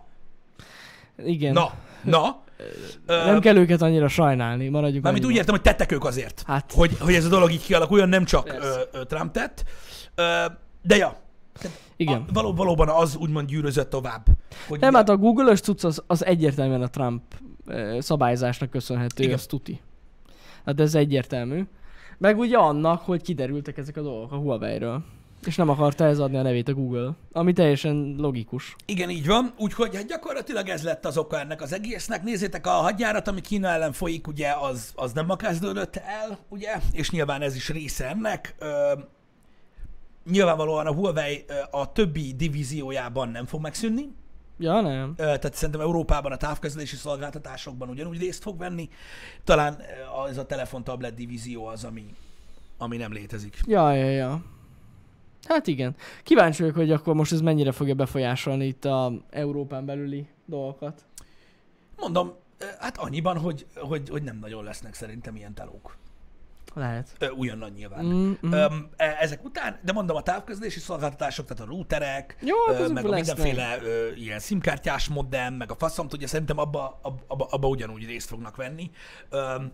Igen. na, na. Nem Ö, kell őket annyira sajnálni, maradjuk Mármint úgy annyiban. értem, hogy tettek ők azért, Hát. hogy, hogy ez a dolog így kialakuljon, nem csak Persze. ö, ö, Trump tett. Ö, de ja, Igen. a, való, valóban az úgymond gyűrözött tovább. Hogy Nem, ugye- hát a Google-ös cucc az, az egyértelműen a Trump eh, szabályzásnak köszönhető, Igen. az tuti. Hát ez egyértelmű. Meg ugye annak, hogy kiderültek ezek a dolgok a Huawei-ről. És nem akarta ez adni a nevét a Google. Ami teljesen logikus. Igen, így van. Úgyhogy hát gyakorlatilag ez lett az oka ennek az egésznek. Nézzétek, a hadjárat, ami Kína ellen folyik, ugye, az, az nem ma kezdődött el, ugye, és nyilván ez is része ennek. Ö, nyilvánvalóan a Huawei ö, a többi divíziójában nem fog megszűnni. Ja, nem. Ö, tehát szerintem Európában a távközlési szolgáltatásokban ugyanúgy részt fog venni. Talán ö, ez a telefontablet divízió az, ami, ami nem létezik. Ja, ja, ja. Hát igen. Kíváncsi vagyok, hogy akkor most ez mennyire fogja befolyásolni itt a Európán belüli dolgokat. Mondom, ö, hát annyiban, hogy, hogy, hogy nem nagyon lesznek szerintem ilyen telók. Lehet. Ö, Újonnan nyilván. Mm, mm. Öm, e- ezek után, de mondom, a távközlési szolgáltatások, tehát a routerek, Jó, hát ö, azok meg a lesznek. mindenféle ö, ilyen simkártyás modem, meg a faszom tudja, szerintem abba, abba, abba ugyanúgy részt fognak venni. Öm,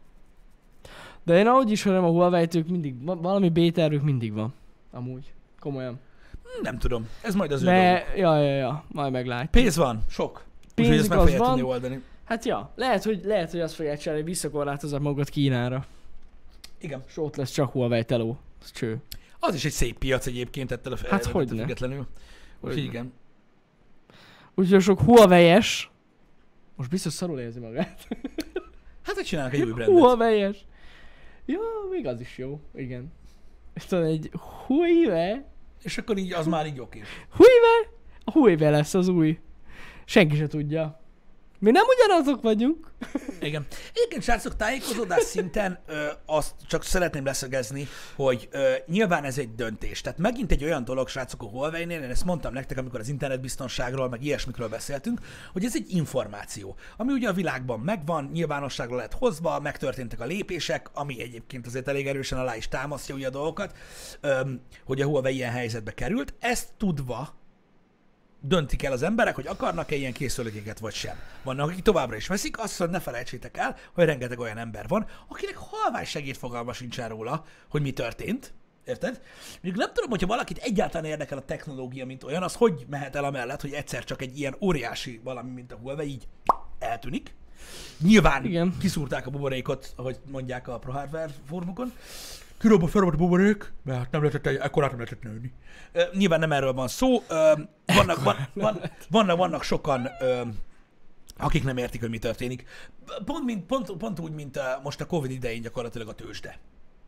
De én ahogy ismerem a Huawei-t, ők mindig, va- valami B-tervük mindig van. Amúgy. Komolyan. nem tudom, ez majd az ő De, dolguk. ja, ja, ja, majd meglátjuk. Pénz van, sok. Úgyhogy ezt Pénzük meg az fogják van. tudni oldani. Hát ja, lehet, hogy, lehet, hogy azt fogják csinálni, hogy visszakorlátozzák magukat Kínára. Igen. És ott lesz csak Huawei teló. Ez cső. Az is egy szép piac egyébként ettől a Hát ettől hogyne. függetlenül. Úgyhogy Hogyne. igen. Úgyhogy sok Huawei-es Most biztos szarul érzi magát. Hát, hogy csinálnak egy új brandet. Huawei-es. Ja, még az is jó. Igen. És tudod, egy Huawei. És akkor így az már így oké. Huawei? A Huawei lesz az új. Senki se tudja. Mi nem ugyanazok vagyunk. Igen. Egyébként, srácok, tájékozódás szinten ö, azt csak szeretném leszögezni, hogy ö, nyilván ez egy döntés. Tehát megint egy olyan dolog, srácok, a Huawei-nél, én ezt mondtam nektek, amikor az internetbiztonságról, meg ilyesmikről beszéltünk, hogy ez egy információ, ami ugye a világban megvan, nyilvánosságra lett hozva, megtörténtek a lépések, ami egyébként azért elég erősen alá is támasztja ugye a dolgokat, ö, hogy a Huawei ilyen helyzetbe került. Ezt tudva döntik el az emberek, hogy akarnak-e ilyen készülékeket vagy sem. Vannak, akik továbbra is veszik, azt, hogy ne felejtsétek el, hogy rengeteg olyan ember van, akinek halvány segédfogalma sincsen róla, hogy mi történt. Érted? Még nem tudom, hogyha valakit egyáltalán érdekel a technológia, mint olyan, az hogy mehet el amellett, hogy egyszer csak egy ilyen óriási valami, mint a Huawei, így eltűnik. Nyilván igen. Kiszúrták a buborékot, ahogy mondják a Pro Hardware fórumokon. Kirobba fel volt a buborék, mert nem lehetett, ekkorát nem lehetett nőni. Uh, nyilván nem erről van szó. Uh, vannak, van, van, vannak, vannak sokan, uh, akik nem értik, hogy mi történik. Pont, mint, pont, pont úgy, mint uh, most a Covid idején gyakorlatilag a tőzsde.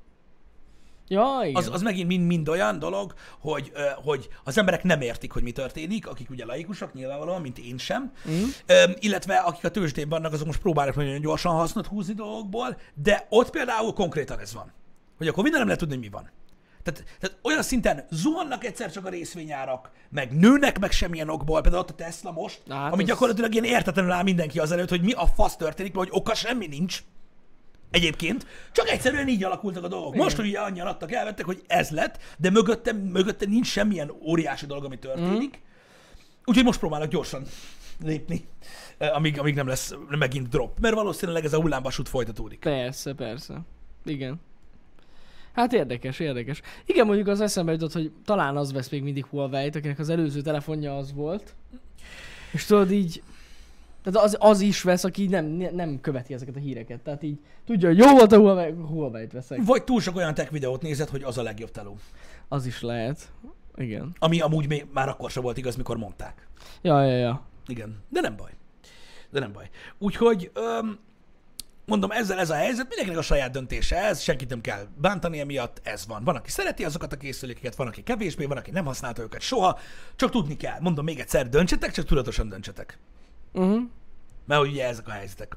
Ja, igen. Az, az megint mind, mind olyan dolog, hogy, uh, hogy az emberek nem értik, hogy mi történik, akik ugye laikusok nyilvánvalóan, mint én sem, mm. uh, illetve akik a tőzsdén vannak, azok most próbálnak nagyon gyorsan hasznot húzni dolgokból, de ott például konkrétan ez van. Hogy akkor minden nem lehet tudni, hogy mi van. Tehát, tehát olyan szinten zuhannak egyszer csak a részvényárak, meg nőnek meg semmilyen okból, például ott a Tesla most, hát ami az... gyakorlatilag ilyen értetlenül áll mindenki azelőtt, hogy mi a fasz történik, vagy hogy oka semmi nincs. Egyébként, csak egyszerűen így alakultak a dolgok. Igen. Most ugye annyian adtak, elvettek, hogy ez lett, de mögötte, mögötte nincs semmilyen óriási dolog, ami történik. Mm. Úgyhogy most próbálok gyorsan lépni, amíg, amíg nem lesz megint drop. Mert valószínűleg ez a hullámvasút folytatódik. Persze, persze. Igen. Hát érdekes, érdekes. Igen, mondjuk az eszembe jutott, hogy talán az vesz még mindig Huawei-t, akinek az előző telefonja az volt. És tudod így, tehát az, az is vesz, aki nem, nem követi ezeket a híreket. Tehát így tudja, hogy jó volt a Huawei, Huawei-t veszek. Vagy túl sok olyan tech videót nézed, hogy az a legjobb teló. Az is lehet. Igen. Ami amúgy még már akkor sem volt igaz, mikor mondták. Ja, ja, ja. Igen. De nem baj. De nem baj. Úgyhogy... Öm, mondom, ezzel ez a helyzet, mindenkinek a saját döntése ez, senkit nem kell bántani emiatt, ez van. Van, aki szereti azokat a készülékeket, van, aki kevésbé, van, aki nem használta őket soha, csak tudni kell. Mondom még egyszer, döntsetek, csak tudatosan döntsetek. Uh-huh. Mert ugye ezek a helyzetek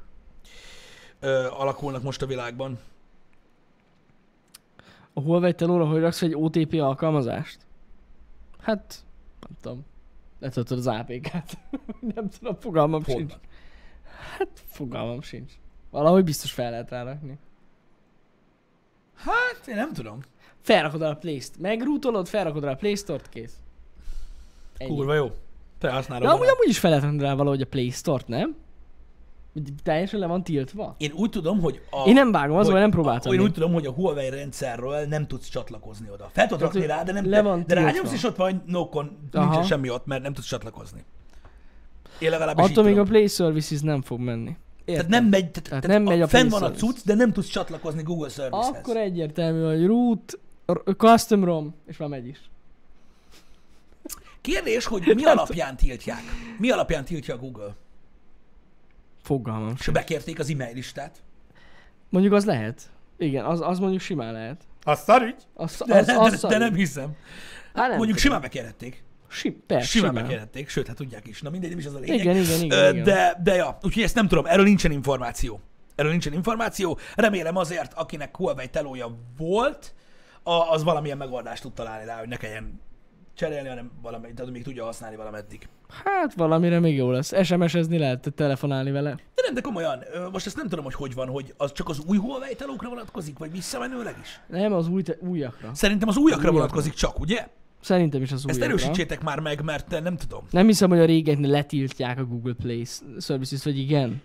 ö, alakulnak most a világban. A Huawei telóra hogy raksz egy o té pé alkalmazást? Hát, nem tudom. Letöltöd az á pé ká-t. Nem tudom, fogalmam Honnan? sincs. Hát, fogalmam sincs. Valahogy biztos fel lehet rárakni. Hát, én nem tudom. Felrakod rá a Play Store-t. Megrútolod, felrakod rá a Play Store-t, kész. Ennyi. Kurva jó. Te használod. De amúgy, amúgy is fel lehet rakni rá valahogy a Play Store-t, nem? Teljesen le van tiltva? Én úgy tudom, hogy a... Én nem vágom, azon nem próbáltam. Én úgy tudom, hogy a Huawei rendszerről nem tudsz csatlakozni oda. Fel tudod rakni rá, de nem... Le van de rányomsz, és ott van no-con, nincs semmi ott, mert nem tudsz csatlakozni. Én legalábbis attól még a Play Services nem fog menni. Értem. Tehát nem megy, tehát, tehát nem megy a fenn van a cucc, de nem tudsz csatlakozni Google Service-hez. Akkor egyértelmű, hogy root, custom ROM, és már megy is. Kérdés, hogy mi alapján tiltják? Mi alapján tiltja a Google? Fogalmam. És bekérték az e-mail listát? Mondjuk az lehet. Igen, az, az mondjuk simán lehet. Az szarügy? Az, de, az, de, az de, de nem hiszem. Hát nem mondjuk tudom. simán bekérhették. Sim, persze, simán, simán bekérhették, sőt, hát tudják is. Na mindegy, nem is az a lényeg. Igen, igen, igen. igen. De, de ja, úgyhogy ezt nem tudom, erről nincsen információ. Erről nincsen információ. Remélem azért, akinek Huawei telója volt, az valamilyen megoldást tud találni rá, hogy ne kelljen cserélni, hanem valami, tehát még tudja használni valameddig. Hát valamire még jó lesz. es em es-ezni lehet, telefonálni vele. De nem, de komolyan, most ezt nem tudom, hogy hogy van, hogy az csak az új Huawei telókra vonatkozik, vagy visszamenőleg is? Nem, az új te- újakra. Szerintem az újakra, az újakra vonatkozik csak, ugye? Szerintem is az újakra. Ezt erősítsétek már meg, mert nem tudom. Nem hiszem, hogy a régeknél letiltják a Google Play Services, vagy igen.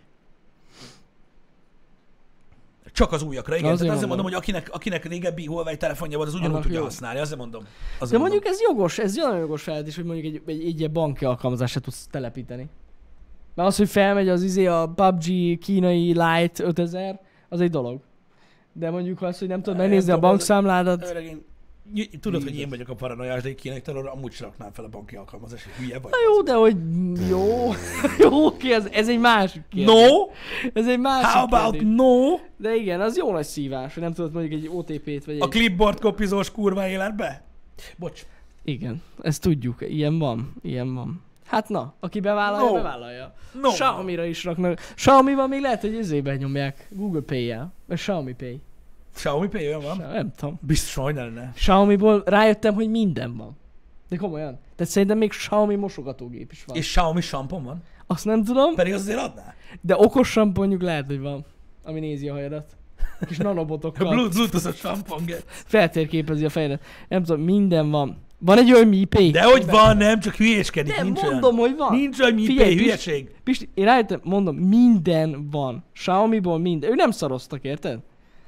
Csak az újakra, igen. Tehát azért mondom, hogy akinek, akinek régebbi Huawei telefonja volt, az ugyanúgy annak tudja jó. használni, azért mondom. Azért de mondjuk mondom. ez jogos, ez nagyon jogos felvetés, hogy mondjuk egy, egy, egy ilyen banki alkalmazást se tudsz telepíteni. Mert az, hogy felmegy az izé a pé u bé gé kínai Lite ötezer, az egy dolog. De mondjuk az, hogy nem tudod megnézni a bankszámládat. Öreg, én tudod, hogy én vagyok a paranoiás, de kinek te amúgy sem raknám fel a banki alkalmazást, hogy hülye vagy. Na jó, de hogy jó, jó, oké, ez, ez egy másik kérdés. No? Ez egy másik How about kérdés. no? De igen, az jó nagy szívás, hogy nem tudod mondjuk egy o té pét vagy egy... A clipboard kopizós kurva életbe? Bocs. Igen, ezt tudjuk, ilyen van, ilyen van. Hát na, aki bevállalja, No. bevállalja. No. Xiaomi-ra is raknak. Xiaomi-val még lehet, hogy ezében nyomják. Google Pay-jel. Vagy Xiaomi Pay. Xiaomi Pay olyan van? Nem tudom. Biztos, hogy ne lenne. Xiaomi-ból rájöttem, hogy minden van. De komolyan. Tehát szerintem még Xiaomi mosogatógép is van. És Xiaomi sampon van? Azt nem tudom, Pedig az azért adná. de okos samponjuk lehet, hogy van. Ami nézi a hajadat. Kis A nanobotokkal. Bluetooth-os sampon. Feltérképezi a fejedet. Nem tudom, minden van. Van egy olyan Mi Pay. De hogy van, nem, csak hülyéskedik. Nem, nincs mondom, olyan. hogy van. Nincs olyan Mi Figyelj, Pay, Pisti- hülyeség. Pisti, én rájöttem, mondom, minden van. Xiaomi-ból minden. Ő nem szaroztak, érted?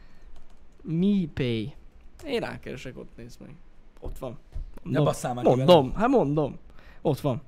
Mi Pay. Én rákeresek, ott nézd meg. Ott van. Ne basszál már ki Mondom, hát mondom. Ott van.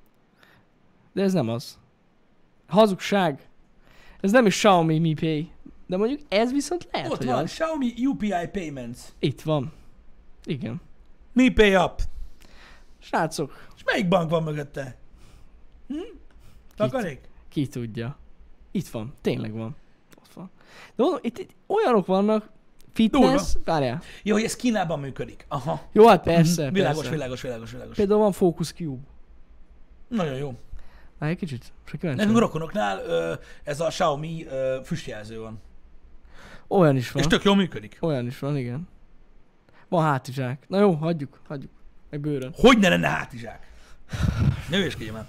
De ez nem az. Hazugság. Ez nem is Xiaomi Mi Pay. De mondjuk ez viszont lehet, Ott hogy van, az. Xiaomi U P I Payments. Itt van. Igen. Mi Pay Up. Srácok, És melyik bank van mögötte? Hm? Takarék? ki tudja. Itt van. Tényleg van. Ott van. De mondom, itt, itt olyanok vannak, fitness, várjál. Jó, hogy ez Kínában működik. Aha. Jó, hát persze, Mhm. Világos, persze. világos, világos, világos. Például van Focus Cube. Nagyon jó. Várj egy kicsit, csak kíváncsi. Nekünk vagyok. rokonoknál ö, ez a Xiaomi ö, füstjelző van. Olyan is van. És tök jól működik. Olyan is van, igen. Van hátizsák. Na jó, hagyjuk, hagyjuk. Meg bőrön. Hogy ne lenne hátizsák? Ne hülyeskedj már.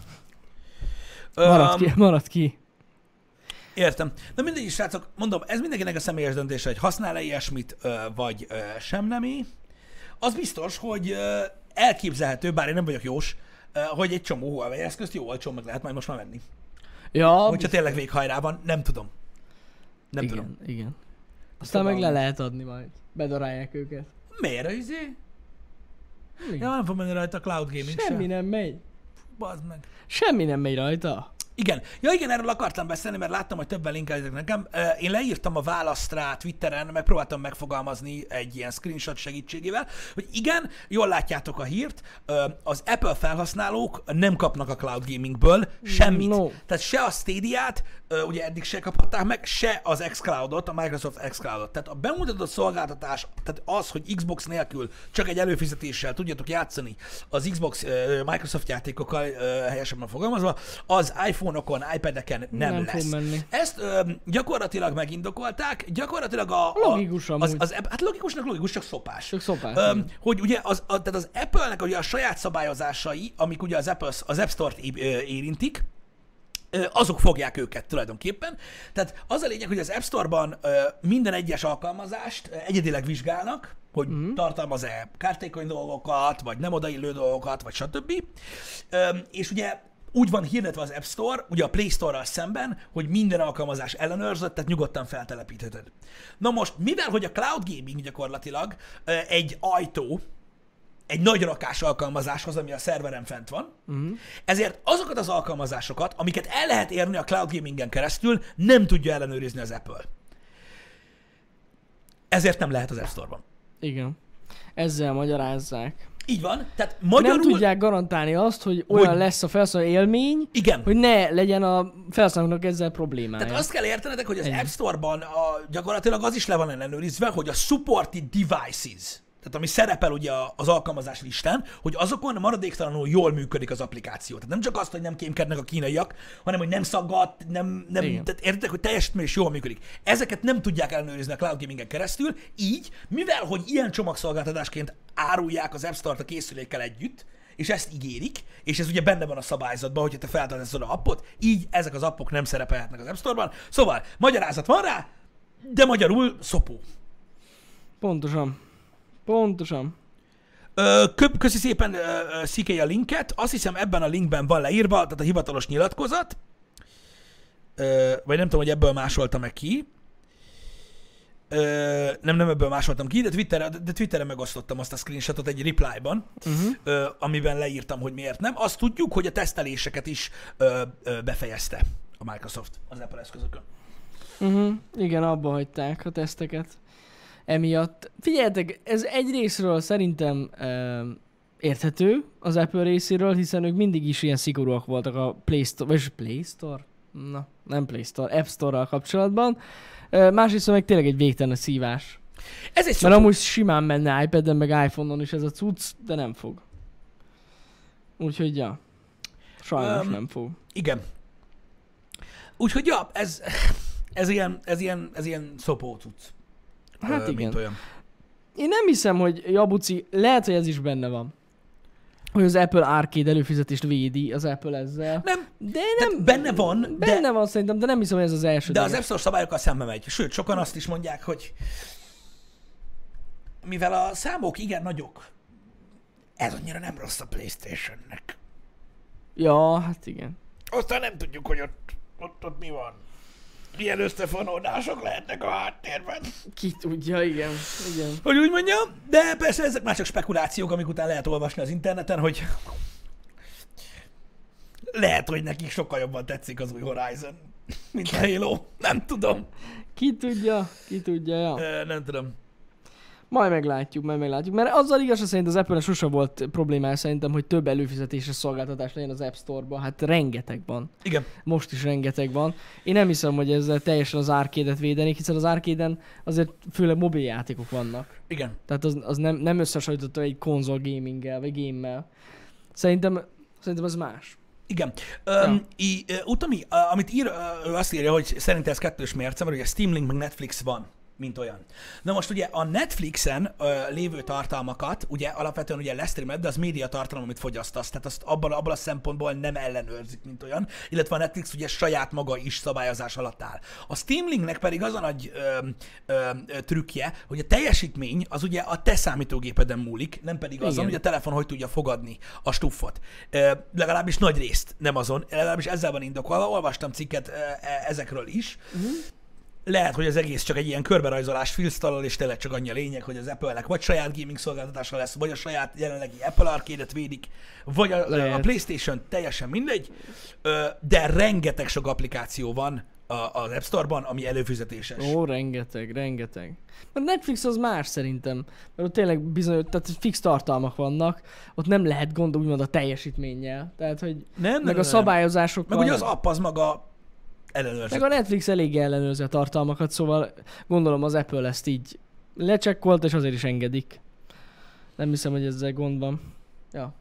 Marad Öm, ki, marad ki. Értem. Na mindegy is, srácok, mondom, ez mindenkinek a személyes döntése, hogy használ-e ilyesmit, ö, vagy ö, sem nemé. Az biztos, hogy ö, elképzelhető, bár én nem vagyok jós, ö, hogy egy csomó Huawei eszközt jó olcsón meg lehet majd most már venni. Ja, Hogyha biztos. tényleg véghajrá van, nem tudom. Nem igen, tudom. igen. Aztán meg le fogalmam. lehet adni majd. Bedarálják őket. Miért, izé? Igen. Ja, nem fog menni rajta a cloud gaming Semmi se. nem megy. Bazd meg. Semmi nem megy rajta. Igen. Ja igen, erről akartam beszélni, mert láttam, hogy többen linkeltek nekem. Ö, Én leírtam a választ rá Twitteren, megpróbáltam megfogalmazni egy ilyen screenshot segítségével, hogy igen, jól látjátok a hírt, ö, az Apple felhasználók nem kapnak a cloud gamingből semmit. No. Tehát se a Stadia-t, ö, ugye eddig se kaphatták meg, se az xCloud-ot, a Microsoft xCloud-ot. Tehát a bemutatott szolgáltatás, tehát az, hogy Xbox nélkül csak egy előfizetéssel tudjatok játszani az Xbox ö, Microsoft játékokkal, ö, helyesebben fogalmazva, az iPhone-okon, iPad-eken nem, Nem lesz. fog menni. Ezt ö, gyakorlatilag megindokolták, gyakorlatilag a... a Logikus az, amúgy. az, az, hát logikusnak logikus, csak szopás. Csak szopás, Ö, igen. hogy ugye az, a, tehát az Apple-nek ugye a saját szabályozásai, amik ugye az, Apple, az App Store-t é- ö, érintik, ö, azok fogják őket tulajdonképpen. Tehát az a lényeg, hogy az App Store-ban ö, minden egyes alkalmazást ö, egyedileg vizsgálnak, hogy Mhm. mm. tartalmaz-e kártékony dolgokat, vagy nem odaillő dolgokat, vagy stb. Ö, és ugye úgy van hirdetve az App Store, ugye a Play Store-ral szemben, hogy minden alkalmazás ellenőrzött, tehát nyugodtan feltelepítheted. Na most, mivel hogy a cloud gaming gyakorlatilag ö, egy ajtó, egy nagy rakás alkalmazáshoz, ami a szerveren fent van, uh-huh. ezért azokat az alkalmazásokat, amiket el lehet érni a cloud gamingen keresztül, nem tudja ellenőrizni az Apple. Ezért nem lehet az App Store-ban. Igen. Ezzel magyarázzák. Így van, tehát Magyarul... magyarul... Nem tudják garantálni azt, hogy olyan Hogy- lesz a felhasználó élmény, Igen. hogy ne legyen a felhasználóknak ezzel problémája. Tehát azt kell értenetek, hogy az Ennyi. App Store-ban a, gyakorlatilag az is le van ellenőrizve, hogy a supported devices, tehát ami szerepel ugye az alkalmazás listán, hogy azokon maradéktalanul jól működik az applikáció. Tehát nem csak azt, hogy nem kémkednek a kínaiak, hanem hogy nem szaggat, nem, nem Igen. tehát értitek, hogy teljesítmény is jól működik. Ezeket nem tudják ellenőrizni a cloud gamingen keresztül, így, mivel hogy ilyen csomagszolgáltatásként árulják az App Store-t a készülékkel együtt, és ezt ígérik, és ez ugye benne van a szabályzatban, hogyha te feltöltesz oda appot, így ezek az appok nem szerepelhetnek az App Store-ban. Szóval magyarázat van rá, de magyarul szopó. Pontosan. Pontosan. Ö, kö- köszi szépen Sziké a linket, azt hiszem ebben a linkben van leírva, tehát a hivatalos nyilatkozat, Ö, vagy nem tudom, hogy ebből másoltam-e ki. Ö, nem, nem ebből másoltam ki, de Twitterre, de Twitterre megosztottam azt a screenshotot egy reply-ban, Uh-huh. ö, amiben leírtam, hogy miért nem. Azt tudjuk, hogy a teszteléseket is ö, ö, befejezte a Microsoft az Apple eszközökön. Uh-huh. Igen, abba hagyták a teszteket. emiatt. Figyeljetek, ez egy részről szerintem ö, érthető az Apple részéről, hiszen ők mindig is ilyen szigorúak voltak a Play Store, vagy Play Store? Na, nem Play Store, App Store-ral kapcsolatban. Ö, másrészt meg tényleg egy végtelen szívás. Ez egy Mert szopó... amúgy simán menne iPad-en, meg iPhone-on is ez a cucc, de nem fog. Úgyhogy ja, sajnos um, nem fog. Igen. Úgyhogy ja, ez, ez ilyen, ez ilyen, ez ilyen szopó cucc. Hát Ö, igen. Mint olyan. Én nem hiszem, hogy Jabuci, lehet, hogy ez is benne van. Hogy az Apple Arcade előfizetést védi az Apple ezzel. Nem, de nem. benne van, Benne de, van szerintem, de nem hiszem, hogy ez az első. de az dolog. App Store szabályokkal szembe megy. Sőt, sokan azt is mondják, hogy mivel a számok igen nagyok, ez annyira nem rossz a PlayStationnek. Ja, hát igen. Aztán nem tudjuk, hogy ott, ott, ott mi van. Milyen összefonódások lehetnek a háttérben. Ki tudja, igen. igen. Hogy úgy mondjam, de persze ezek már csak spekulációk, amik után lehet olvasni az interneten, hogy lehet, hogy nekik sokkal jobban tetszik az új Horizon, mint a Halo. Nem tudom. Ki tudja, ki tudja, ja. Ö, nem tudom. Majd meglátjuk, majd meglátjuk. Mert azzal igaz, szerint az Apple-nek sose volt problémája szerintem, hogy több előfizetéses szolgáltatás legyen az App Store-ban. Hát rengeteg van. Igen. Most is rengeteg van. Én nem hiszem, hogy ezzel teljesen az arcade-et védenék, hiszen az arcade-en azért főleg mobiljátékok vannak. Igen. Tehát az, az nem, nem összehasonlítható egy konzol gaminggel, vagy game-mel. Szerintem, szerintem az más. Igen. Ja. Um, i, uh, Utami, uh, amit ír, uh, ő azt írja, hogy szerint ez kettős mérce, mert ugye Steam Link meg Netflix van, mint olyan. Na most ugye a Netflixen uh, lévő tartalmakat, ugye alapvetően ugye lesztreamed, de az média tartalom, amit fogyasztasz, tehát azt abban, abban a szempontból nem ellenőrzik, mint olyan, illetve a Netflix ugye saját maga is szabályozás alatt áll. A Steam Linknek pedig az a nagy ö, ö, ö, trükkje, hogy a teljesítmény az ugye a te számítógépeden múlik, nem pedig azon, Igen. hogy a telefon hogy tudja fogadni a stuffot. Ö, legalábbis nagy részt, nem azon, legalábbis ezzel van indokolva, olvastam cikket ö, ezekről is. Uh-huh. Lehet, hogy az egész csak egy ilyen körberajzolás filztallal, és tényleg csak annyi a lényeg, hogy az Apple-nek vagy saját gaming szolgáltatása lesz, vagy a saját jelenlegi Apple Arcade-et védik, vagy a, a PlayStation, teljesen mindegy, de rengeteg sok applikáció van az App Store-ban, ami előfizetéses. Ó, rengeteg, rengeteg. Mert Netflix az más szerintem, mert ott tényleg bizony, tehát fix tartalmak vannak, ott nem lehet gond úgymond a teljesítménnyel, tehát hogy nem, nem, meg nem, a szabályozásokkal. Meg ugye az app az maga ellenőrzött. Meg a Netflix elég ellenőrzi a tartalmakat, szóval gondolom az Apple ezt így lecsekkolt, és azért is engedik. Nem hiszem, hogy ezzel gond van. Ja.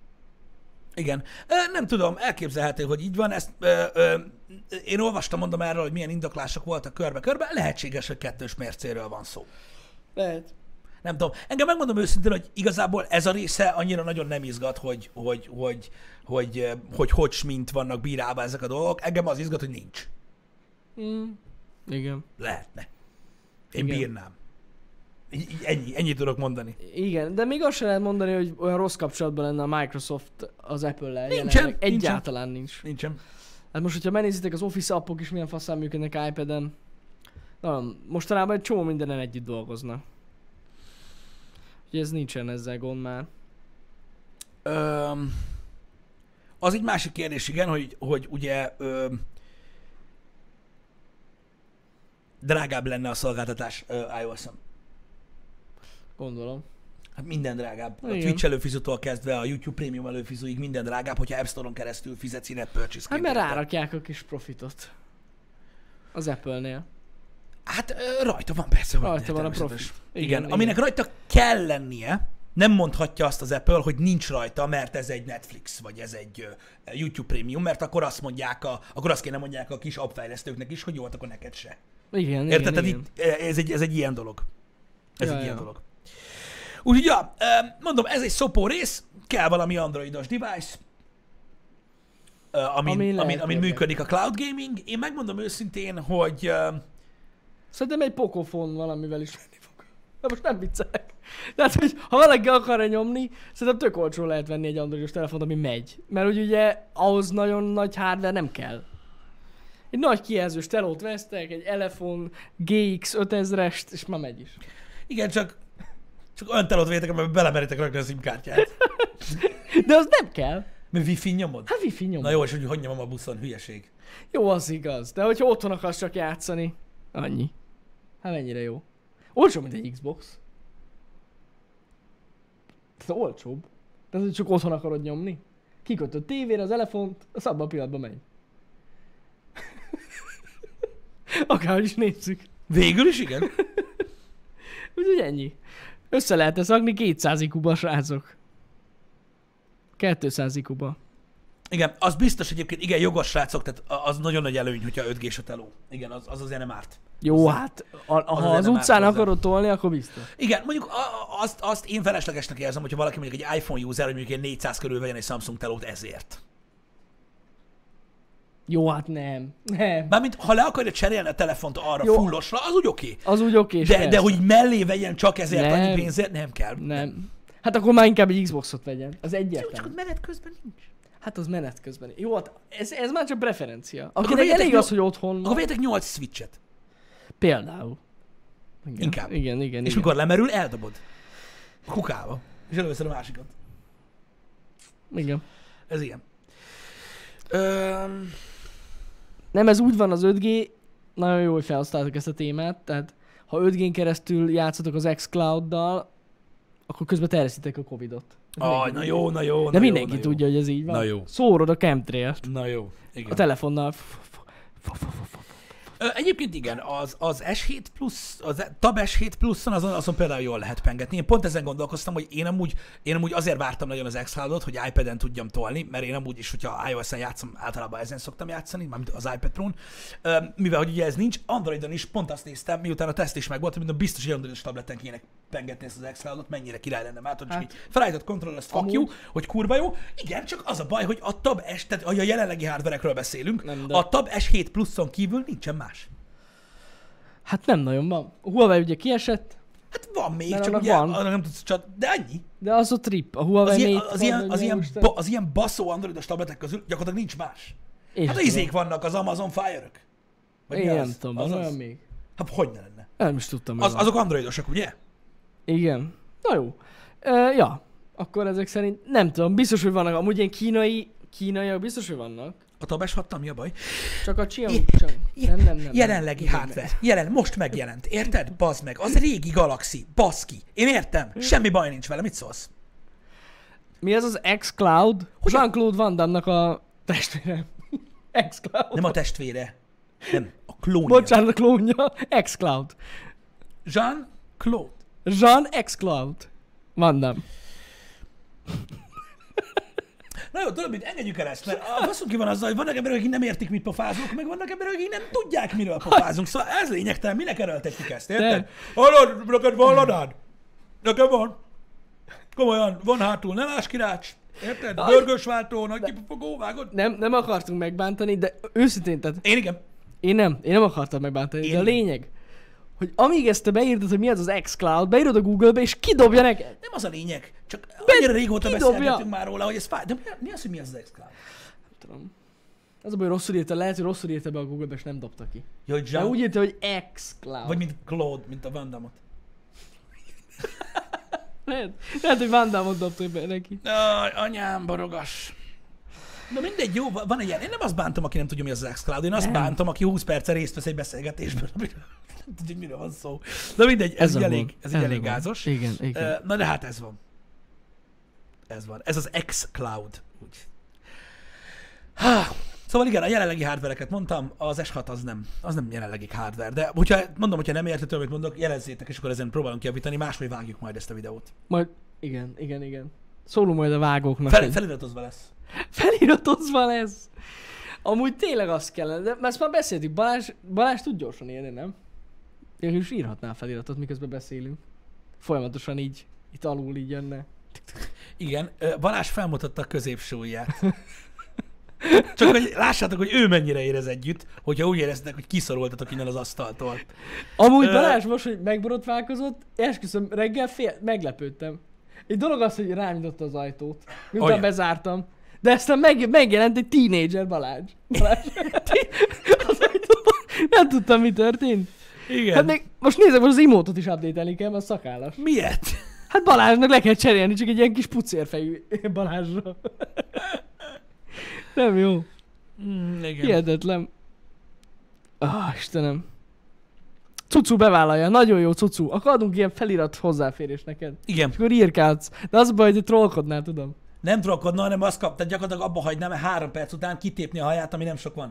Igen. Ö, nem tudom, elképzelhető, hogy így van. Ezt, ö, ö, én olvastam, mondom erről, hogy milyen indoklások voltak körbe-körbe. Lehetséges, hogy kettős mércéről van szó. Lehet. Nem tudom. Engem megmondom őszintén, hogy igazából ez a része annyira nagyon nem izgat, hogy hogy, hogy, hogy, hogy, hogy mint vannak bírálva ezek a dolgok. Engem az izgat, hogy nincs. Mm. Igen. Lehetne. Én Igen. bírnám. Így, így ennyi, ennyit tudok mondani. Igen, de még azt sem lehet mondani, hogy olyan rossz kapcsolatban lenne a Microsoft az Apple-lel. Nincsen, jelenleg. Egyáltalán nincs. Nincsen. Hát most, hogyha megnézitek, az Office appok is milyen faszán működnek iPad-en. Na, mostanában egy csomó mindenen együtt dolgoznak. Úgyhogy ez nincsen ezzel gond már. Öm, az egy másik kérdés, igen, hogy, hogy ugye öm, drágább lenne a szolgáltatás ö, iOS-on. Gondolom. Hát minden drágább. A Igen. Twitch előfizetőtől kezdve a YouTube Premium előfizetőig minden drágább, hogyha App Store-on keresztül fizetsz in-app purchase. Hát mert rárakják a kis profitot. Az Apple-nél. Hát ö, rajta van persze. hogy Rajta ne, van a természetes. profit. Igen, Igen, igen, aminek igen. rajta kell lennie, nem mondhatja azt az Apple, hogy nincs rajta, mert ez egy Netflix, vagy ez egy ö, YouTube Premium, mert akkor azt mondják, a, akkor azt kéne mondják a kis appfejlesztőknek is, hogy jó, hát akkor neked se. Igen, Érted? igen, Tehát igen. itt, ez, egy, ez egy ilyen dolog. Ez Ja, egy ilyen ja. dolog. Úgyhogy ja, mondom, ez egy szopó rész, kell valami androidos device, amin, Amin amin, lehet amin érdekel. működik a cloud gaming. Én megmondom őszintén, hogy ö, Szerintem egy Pocophone valamivel is venni fog. De most nem viccelek. Tehát, hogy ha valaki akarja nyomni, szerintem tök olcsó lehet venni egy androidos telefont, ami megy. Mert úgy ugye ahhoz nagyon nagy hardware nem kell. Egy nagy kijelzős telót vesztek, egy Elefon G X ötezrest, és már megy is. igen, csak, csak olyan telót vétek, amiben belemeritek rakni a SIM-kártyát. De az nem kell. Mert wifi nyomod? Hát wifi nyom. Na jó, és hogy hogy nyomom a buszon, hülyeség. Jó, az igaz. De hogyha otthon akarsz csak játszani, annyi. Hát mennyire jó. Olcsóbb, mint egy Xbox. Ez olcsóbb. Tehát, hogy csak otthon akarod nyomni. Kikötöd tévére az elefont, az abban a pillanatban megy. Akárhogy is nézzük. Végül is igen. Úgyhogy ennyi. Össze lehet szagni kétszáz ikuba, srácok. kétszáz ikuba. Igen, az biztos egyébként, igen, jogos srácok, tehát az nagyon nagy előny, hogyha öt gés a teló. Igen, az, az azért nem árt. Jó, hát, a, a, az ha az utcán akarod tolni, akkor biztos. Igen, mondjuk a, azt, azt én feleslegesnek érzem, hogyha valaki mondjuk egy iPhone user, hogy mondjuk egy négyszáz körül vegyen egy Samsung telót ezért. Jó, hát nem. Nem. Mármint, ha le akarja cserélni a telefont arra Jó. fullosra, az úgy oké. Az úgy oké. De, de hogy mellé vegyen csak ezért Nem. annyi pénzért, nem kell. Nem. Hát akkor már inkább egy Xboxot vegyen. Az egyértelmű. Csak ott menet közben nincs. Hát az menet közben. Jó, hát ez, ez már csak preferencia. Akkor Akinek vegyetek elég nyol- az, hogy otthon van. Akkor vegyetek nyolc switchet. Például. Igen. Inkább. Igen, igen, És igen. mikor lemerül, eldobod. A kukába. És előveszed a másikat. Igen. Ez ilyen. Öm... Nem, ez úgy van az öt G, nagyon jó, hogy felhasználtuk ezt a témát, tehát ha öt G-n keresztül játszotok az xCloud-dal, akkor közben terjesztitek a Covidot. Ez Aj, mindenki na tudja. jó, na jó, De na mindenki jó, na tudja, hogy ez így van. Na jó. Szórod a chemtrailt Na jó. Igen. a telefonnal. Ö, Egyébként igen, az, az es hét plusz, az Tab es hét pluszon azon, azon például jól lehet pengetni. Én pont ezen gondolkoztam, hogy én amúgy, én amúgy azért vártam nagyon az xCloudot, hogy iPad-en tudjam tolni, mert én amúgy is, hogyha iOS-en játszom, általában ezen szoktam játszani, mármint az iPad Pro-n. Ö, Mivel, hogy ugye ez nincs, Androidon is pont azt néztem, miután a teszt is megvolt, hogy mondom, biztos, hogy Androidos tableten kéne pengetni ezt az xCloudot, mennyire király lenne már, hogy Hát. így felállított kontroll, ezt fuck Amúgy. you, hogy kurva jó. Igen, csak az a baj, hogy a Tab S, tehát hogy a jelenlegi hardverekről beszélünk, Nem, de- a Tab es hét pluszon kívül nincsen más. Hát nem nagyon van. A Huawei ugye kiesett, Hát van még, Mert csak annak ugye van. annak nem tudsz csak, de annyi. de az a trip. A Huawei Az ilyen, Mate az, van, ilyen, vagy az, mi ilyen, Isten. ba, az ilyen baszó androidos tabletek közül gyakorlatilag nincs más. Én Hát a sem izék tudom. vannak, az Amazon Fire-ök. Vagy mi Én az? nem tudom, az, van az? olyan még. Hát hogy ne lenne? Nem is tudtam. Az, hogy van. azok androidosak, ugye? Igen. Na jó. Ö, ja. Akkor ezek szerint nem tudom. Biztos, hogy vannak. Amúgy ilyen kínai, kínaiak biztos, hogy vannak. A Tab S hattal mi a baj? Csak a Xiaomi. Je- Csak... je- Nem, nem, nem. Jelenlegi nem. hardware. Jelen, most megjelent. Érted? Bazd meg. Az régi Galaxy. Baszki. Én értem. Semmi baj nincs vele. Mit szólsz? Mi ez az xCloud? Jean-Claude Van Damme-nak a testvére. xCloud. Nem a testvére. Nem. A klónja. Bocsánat, a klónja. xCloud. Jean-Claude. Jean xCloud. Van Damme. Na jó, tudod mit, engedjük el ezt, mert a faszunk ki van azzal, hogy vannak emberek, akik nem értik, mit pofázunk, meg vannak emberek, akik nem tudják, miről pofázunk. Szóval ez lényegtelen, minek erőltetjük ezt, érted? De. Hallod, neked van ladád? Nekem van. Komolyan, van hátul, nem áskirács. Érted? Börgősváltó, nagy kipufogó, vágod? Nem, nem akartunk megbántani, de őszintén, tehát Én igen. én nem, én nem akartam megbántani, Én de a igen. lényeg, hogy amíg ezt te beírtad, hogy mi az az xCloud, beírod a Google-be, és kidobja neked. Nem az a lényeg, csak annyira régóta kidobja. beszélgetünk már róla, hogy ez fáj. De mi, mi az, hogy mi az az xCloud? Nem tudom. Az a baj, hogy rosszul írta, lehet, hogy rosszul írta be a Google-be, és nem dobta ki. Ja, hogy De Jean, úgy írta, hogy xCloud. vagy mint Claude, mint a Van Damme-ot. Lehet, lehet, hogy Van Damme-ot dobta be neki. Aj, anyám, borogas. Na mindegy, jó, van egy ilyen. Én nem azt bántom, aki nem tudja, mi az az xCloud. Én azt Nem. bántom, aki húsz perccel részt vesz egy beszélgetésben, amiről nem tudja, hogy miről van szó. Na mindegy, ez, ez a így elég, gond. ez így a elég gond. gázos. Igen, igen. Ö, Na de hát ez van. Ez van. Ez az xCloud. Úgy. Há. Szóval igen, a jelenlegi hardvereket mondtam, az es hat az nem, az nem jelenlegi hardware. De hogyha, mondom, hogyha nem értető, amit mondok, jelezzétek, és akkor ezen próbálunk javítani, máshogy vágjuk majd ezt a videót. Majd, igen, igen, igen. Szólunk majd a vágóknak. Fel, hogy- feliratozva lesz. Feliratozva lesz. Amúgy tényleg azt kellene, de ezt már beszéltük, Balázs, Balázs tud gyorsan írni, nem? Én is írhatnál feliratot, miközben beszélünk. Folyamatosan így, itt alul így jönne. Igen, ö, Balázs felmutatta a középsúlyját. Csak hogy lássátok, hogy ő mennyire érez együtt, hogyha úgy éreztek, hogy kiszorultatok innen az asztaltól. Amúgy Ö- Balázs most, hogy megborotválkozott, esküszöm, reggel fél, meglepődtem. Egy dolog az, hogy rám nyitotta az ajtót, miután Olyan. bezártam. De aztán meg, megjelent egy tínédzser Balázs. Balázs. az ajtóban. Nem tudtam, mi történt. Igen. Hát még, most nézem, most az imótot is update-elni kell, mert szakállas. Miért? Hát Balázsnak le kell cserélni, csak egy ilyen kis pucérfejű Balázsra. Nem jó. Mm, igen. Hihetetlen. Ah, Istenem. Cucu bevállalja, nagyon jó Cucu. Akkor adunk ilyen felirat hozzáférés neked. Igen. És akkor írkálsz. De az a baj, hogy trollkodnál, tudom. Nem trollkodna, hanem azt kap, tehát gyakorlatilag abba hagynám, mert három perc után kitépni a haját, ami nem sok van.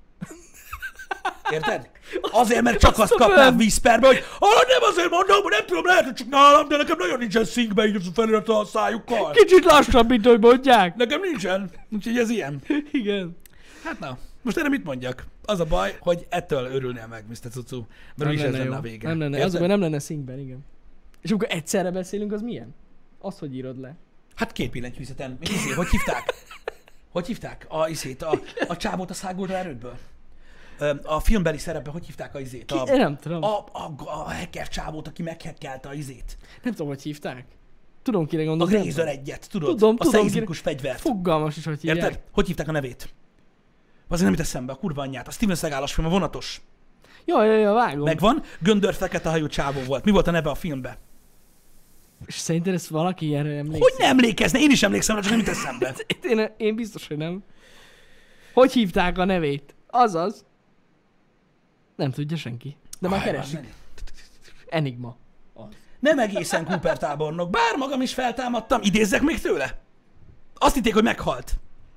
Érted? Azért, mert csak azt kapná vízperbe, hogy ah, nem azért mondom, hogy nem tudom, lehet, hogy csak nálam, de nekem nagyon nincsen szinkbe így a felirat a szájukkal. Kicsit lassabb, mint hogy mondják. Nekem nincsen, úgyhogy ez ilyen. Igen. Hát na, most erre mit mondjak? Az a baj, hogy ettől örülnél meg, miszter Cucu, mert is ez lenne jó. a vége. Nem lenne, az a baj, nem lenne szinkben, igen. És amikor egyszerre beszélünk, az milyen? Az, hogy írod le. Hát két pillantyűzeten. Izé, hogy hívták? Hogy hívták? A izét, a, a csábot a száguldó erődből. A filmbeli szerepben hogy hívták a izét? A, Ki? Nem tudom. A, a, a hacker csábot, aki meghekkelte a izét. Nem tudom, hogy hívták. Tudom, kire A gondolsz. Razer egyet, tudod? Tudom, a tudom, szeizmikus fegyvert. Fogalmas is, hogy hívják. Érted? Hogy hívták a nevét? Azért nem jut eszembe, a kurva anyját. A Steven Seagal-os film, a vonatos. Ja, ja, ja, vágom. Megvan. Göndör fekete hajú csávó volt. Mi volt a neve a filmbe? És szerinted ezt valaki erre emlékszik? Hogy nem emlékezne? Én is emlékszem, csak nem jut eszembe. Én, én biztos, hogy nem. Hogy hívták a nevét? Azaz. Nem tudja senki. De már Aj, keresik. meg. Enigma. Nem egészen Cooper tábornok, bár magam is feltámadtam, idézzek még tőle. Azt hitték, hogy meghalt.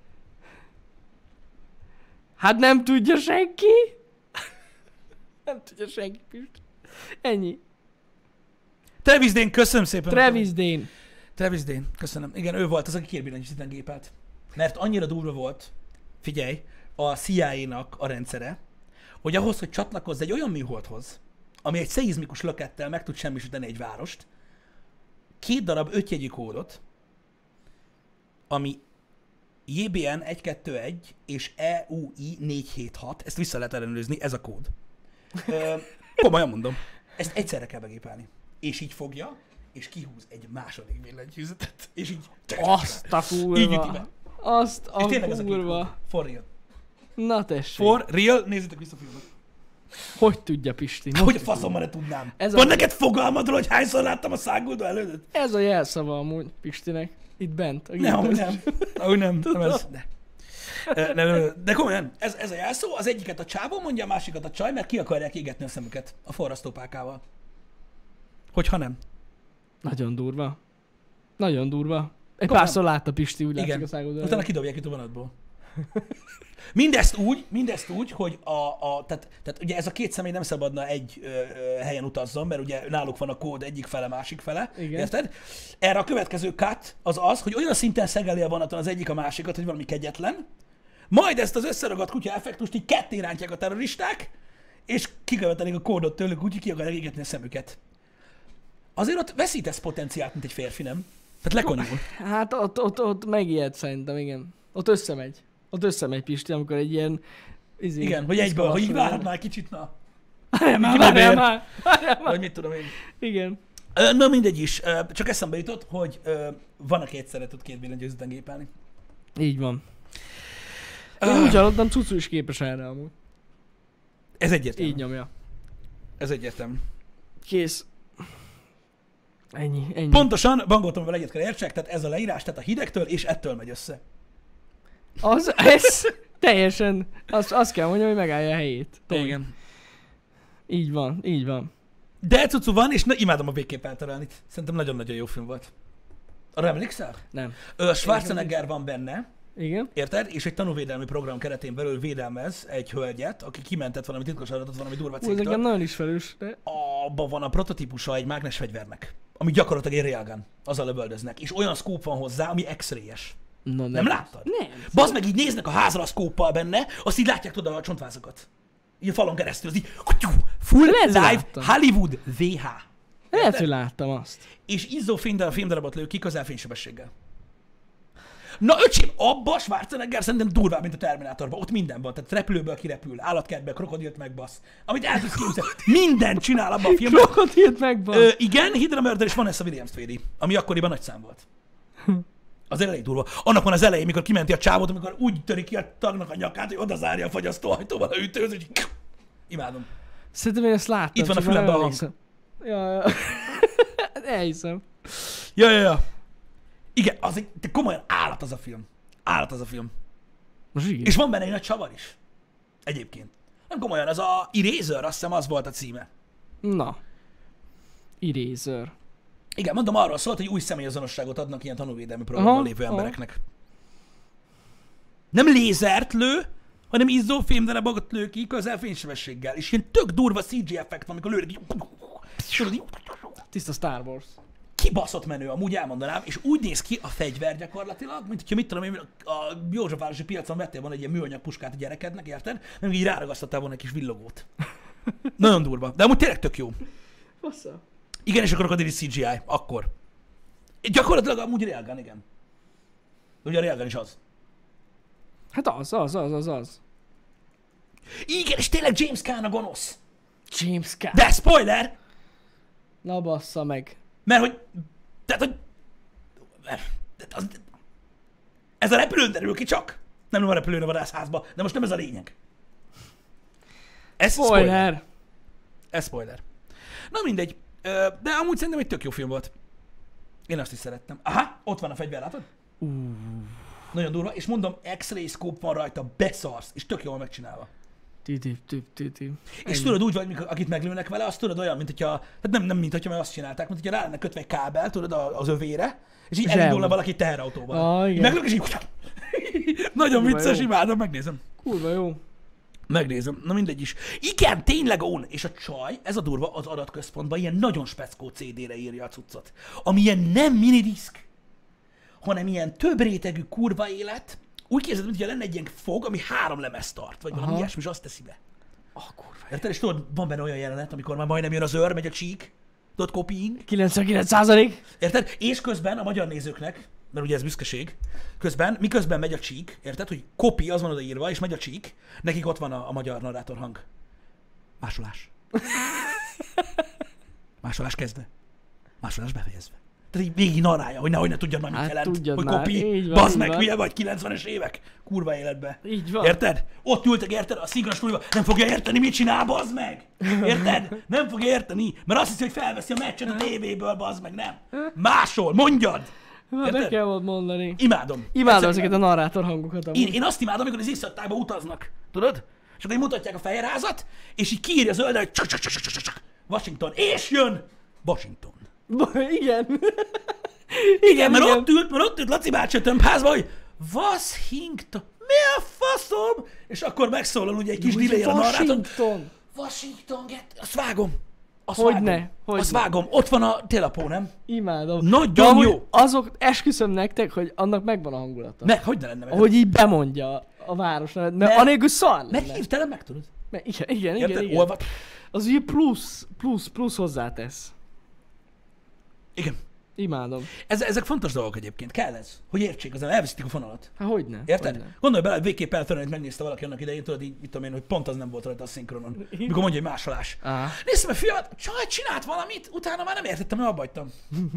Hát nem tudja senki? Nem tudja senki, Pist. Ennyi. Travis Dane, köszönöm szépen. Travis Dane. Travis Dane, köszönöm. Igen, ő volt az, aki kérbillentyűzeten gépelt. Mert annyira durva volt, figyelj, a C I A-nak a rendszere, hogy ahhoz, hogy csatlakozz egy olyan műholdhoz, ami egy szeizmikus lökettel meg tud semmisíteni egy várost, két darab ötjegyű kódot, ami J B N egy kettő egy és E U I négy hét hat, ezt vissza lehet ellenőrizni, ez a kód. Ö, komolyan mondom, ezt egyszerre kell begépelni. És így fogja, és kihúz egy második billentyűzetet, és így... Azt a Így üti kurva. be. Azt a És tényleg ez a két kurva. kód. For real. Na tessék. For real, nézzétek vissza a filmet. Hogy tudja Pisti? Hogy a faszomban ne tudnám. Ez Van a- neked fogalmadról, hogy hányszor láttam a száguldó előtt? Ez a jelszava amúgy Pistinek. Itt bent. A Nem, ahogy gépen. nem. Ahogy nem. nem ez, ne. Ö, nem, nem, nem. De komolyan, ez, ez a jelszó, az egyiket a csávó mondja, a másikat a csaj, mert ki akarják égetni a szemüket a forrasztópálkával. Hogyha nem. Nagyon durva. Nagyon durva. Egy Komolyan. párszor látta Pisti, úgy látszik Igen. a szágodon. Utána kidobják itt a vonatból. Mindezt úgy, mindezt úgy, hogy a, a tehát, tehát ugye ez a két személy nem szabadna egy ö, ö, helyen utazzon, mert ugye náluk van a kód egyik fele, másik fele. Igen. Érted? Erre a következő cut az az, hogy olyan szinten szegeli a vonaton az egyik a másikat, hogy valami kegyetlen, majd ezt az összeragadt kutya effektust így ketté rántják a terroristák, és kikövetelik a kódot tőlük, úgyhogy ki akarják égetni a szemüket. Azért ott veszítesz potenciált, mint egy férfi, nem? Tehát lekonyul. Hát ott, ott, ott megijed szerintem, igen. Ott összemegy. Ott összemegy Pisti, amikor egy ilyen... Izé, Igen, hogy egyből, hogy így izgalmas- várhatnál kicsit, na. Várjál már, Kidobél. várjál már, várjál már. Vagy mit tudom én. Igen. Ö, Na mindegy is, Ö, csak eszembe jutott, hogy ö, van, aki egyszerre tud két billentyűzeten gépelni. Így van. Én úgy hallottam, Cucu is képes erre amúgy. Ez egyértelmű. Így nyomja. Ez egyértelmű. Kész. Ennyi, ennyi. Pontosan, bangoltam, hogy egyet kell értsek, tehát ez a leírás, tehát a hidegtől és ettől megy össze. Az, ez teljesen, azt, azt kell mondjam, hogy megállja a helyét. Tomi. Igen. Így van, így van. De cucu van, és na, imádom a végképp elterelni. Szerintem nagyon-nagyon jó film volt. Arra emlékszel? Nem. Ö, Schwarzenegger van benne, Igen? érted? És egy tanúvédelmi program keretén belül védelmez egy hölgyet, aki kimentett valami titkos adatot valami durva Hú, ez nekem cégtől. nagyon ismerős, de... Abban van a prototípusa egy mágnes fegyvernek, ami gyakorlatilag egy railgun, azzal lövöldöznek. És olyan scope van hozzá, ami X-ray-es. No, Nem láttad? Nem. Bazd meg, így néznek a házra a szkóppal benne, azt így látják tudod a csontvázakat. Így a falon keresztül, az így full Lehet, hogy live láttam. Hollywood vé há. Lehet, hogy láttam azt. És izzó fémdarab, fémdarabot lő ki közel fénysebességgel. Na öcsém, abba Schwarzenegger szerintem durvább, mint a Terminátorban. Ott minden van, tehát repülőből kirepül, állatkertbe, krokodilt megbasz. Amit el tudsz képzelni. Mindent csinál abban a filmben. Krokodilt megvan. Ö, igen, Hydra Murder és Vanessa Williams védi, ami akkoriban nagy szám volt. Az elég durva. Annak van az elején, mikor kimenti a csávot, amikor úgy töri ki a tagnak a nyakát, hogy odazárja a fagyasztóajtóval a ütőhöz, hogy imádom. Szerintem én ezt láttam. Itt van a csak már fülemben nem a hang. emlékszem. Ja, ja. Elhiszem. Ja, ja, ja. Igen, az egy, de komolyan állat az a film. Állat az a film. Most igen. És van benne egy nagy csavar is. Egyébként. Nem komolyan, az a Eraser, azt hiszem az volt a címe. Na. Eraser. Igen, mondom, arról szólt, hogy új személyazonosságot adnak ilyen tanúvédelmi programban Aha, lévő aha. embereknek. Nem lézert lő, hanem izzófémdarabot lő ki közelfénysebességgel. És ilyen tök durva cé gé effekt van, amikor lőnek így... Tudod, így... Tiszta Star Wars. Kibaszott menő, amúgy elmondanám, és úgy néz ki a fegyver gyakorlatilag, mint hogyha mit tudom én, a Józsefvárosi piacon vettél volna egy ilyen műanyag puskát a gyerekednek, érted? Nem így ráragasztottál volna egy kis villogót. Nagyon durva, de amúgy tényleg tök jó. Bassza. Igen, és akkor krokodili cé gé í, akkor. Gyakorlatilag amúgy railgun, igen. Ugye a railgun is az. Hát az, az, az, az, az. Igen, és tényleg James Caan a gonosz. James Caan. De spoiler! Na bassza meg. Mert hogy... Tehát, hogy... Az, ez a repülőn derül ki csak. Nem, nem a repülőn a vadászházba, de most nem ez a lényeg. Ez spoiler. Spoiler. Ez spoiler. Na mindegy. Ö, De amúgy szerintem egy tök jó film volt. Én azt is szerettem. Aha, ott van a fegyver, látod? Uh. Nagyon durva. És mondom, X-ray scope van rajta, beszarsz, és tök jól megcsinálva. Titi, titi, titi. És tudod úgy vagy, mikor, akit meglőnek vele, azt tudod olyan, mint hogyha, tehát nem, nem mint hogyha mert azt csinálták, mint hogyha rá lenne kötve egy kábel, tudod, a- az övére, és így Zsem. elindulna valaki teherautóval. Ah, Így igen. meglők, és így... Nagyon Kurva vicces, jó. imádom, megnézem. Kurva jó. Megnézem, na mindegy is. Igen, tényleg on, és a csaj, ez a durva, az adatközpontban ilyen nagyon speckó cé dére írja a cuccot. Ami ilyen nem minidisk, hanem ilyen több rétegű kurva élet. Úgy képzeld, mintha lenne egy ilyen fog, ami három lemez tart, vagy valami Aha. ilyesmi, és azt teszi be. Ah, kurva. Érted? És tudod, van benne olyan jelenet, amikor már majdnem jön az őr, megy a csík, tudod, copying. kilencvenkilenc százalék. Érted? És közben a magyar nézőknek, mert ugye ez büszkeség, közben, miközben megy a csík, érted, hogy copy, az van odaírva, és megy a csík, nekik ott van a, a magyar narrátor hang. Másolás. Másolás kezdve. Másolás befejezve. Tehát így végig narrálja, hogy nehogy ne tudjad már, mit Hát jelent, tudjad hogy már, copy, így van, bazd így meg, van. hülye vagy, kilencvenes évek, kurva életbe. Így van. Érted? Ott ültek, érted? A szinkron stúdióban, nem fogja érteni, mit csinál, bazd meg! Érted? Nem fogja érteni, mert azt hiszi, hogy felveszi a meccset a tévéből, bazd meg, nem. Másol, mondjad! Már be Érted? kell volt mondani. Imádom. Imádom Egyszerűen ezeket a narrátor hangokat amúgy. én, én azt imádom, amikor az éjszaktájba utaznak, tudod? És akkor így mutatják a fejérházat, és így kiírja az oldal, hogy csak, csak, csak, csak, csak, csak, Washington, és jön Washington. Igen. Igen, mert ott ült, mert ott ült Laci bácsi a tömbházba, hogy Washington, mi a faszom? És akkor megszólal ugye egy kis delay a narrátor. Washington. Washington, get, azt vágom. Azt Hogyne, vágom. hogyne. Azt vágom. Ott van a télapó, nem? Imádom. Nagyon De amúgy jó. Azok, esküszöm nektek, hogy annak megvan a hangulata. Meg, hogy ne lenne meg? Ahogy így bemondja a város nevet, mert Mert- anélkül szar lenne. Mert hirtelen meg tudod. Mert igen, igen, igen, Érted? igen. Olvad. Az ugye plusz, plusz, plusz hozzátesz. Igen. Imádom. Ez, ezek fontos dolgok egyébként. Kell ez, hogy értsék, az elveszítik a fonalat. Hát hogyne. Érted? Hogyne. Gondolj bele, hogy végképp eltörölni, hogy megnézte valaki annak idején, tudod, így, mit tudom én, hogy pont az nem volt rajta a szinkronon. Mikor mondja, hogy másolás. Á. Néztem a filmet, a csaj csinált valamit, utána már nem értettem, hogy abba hagytam.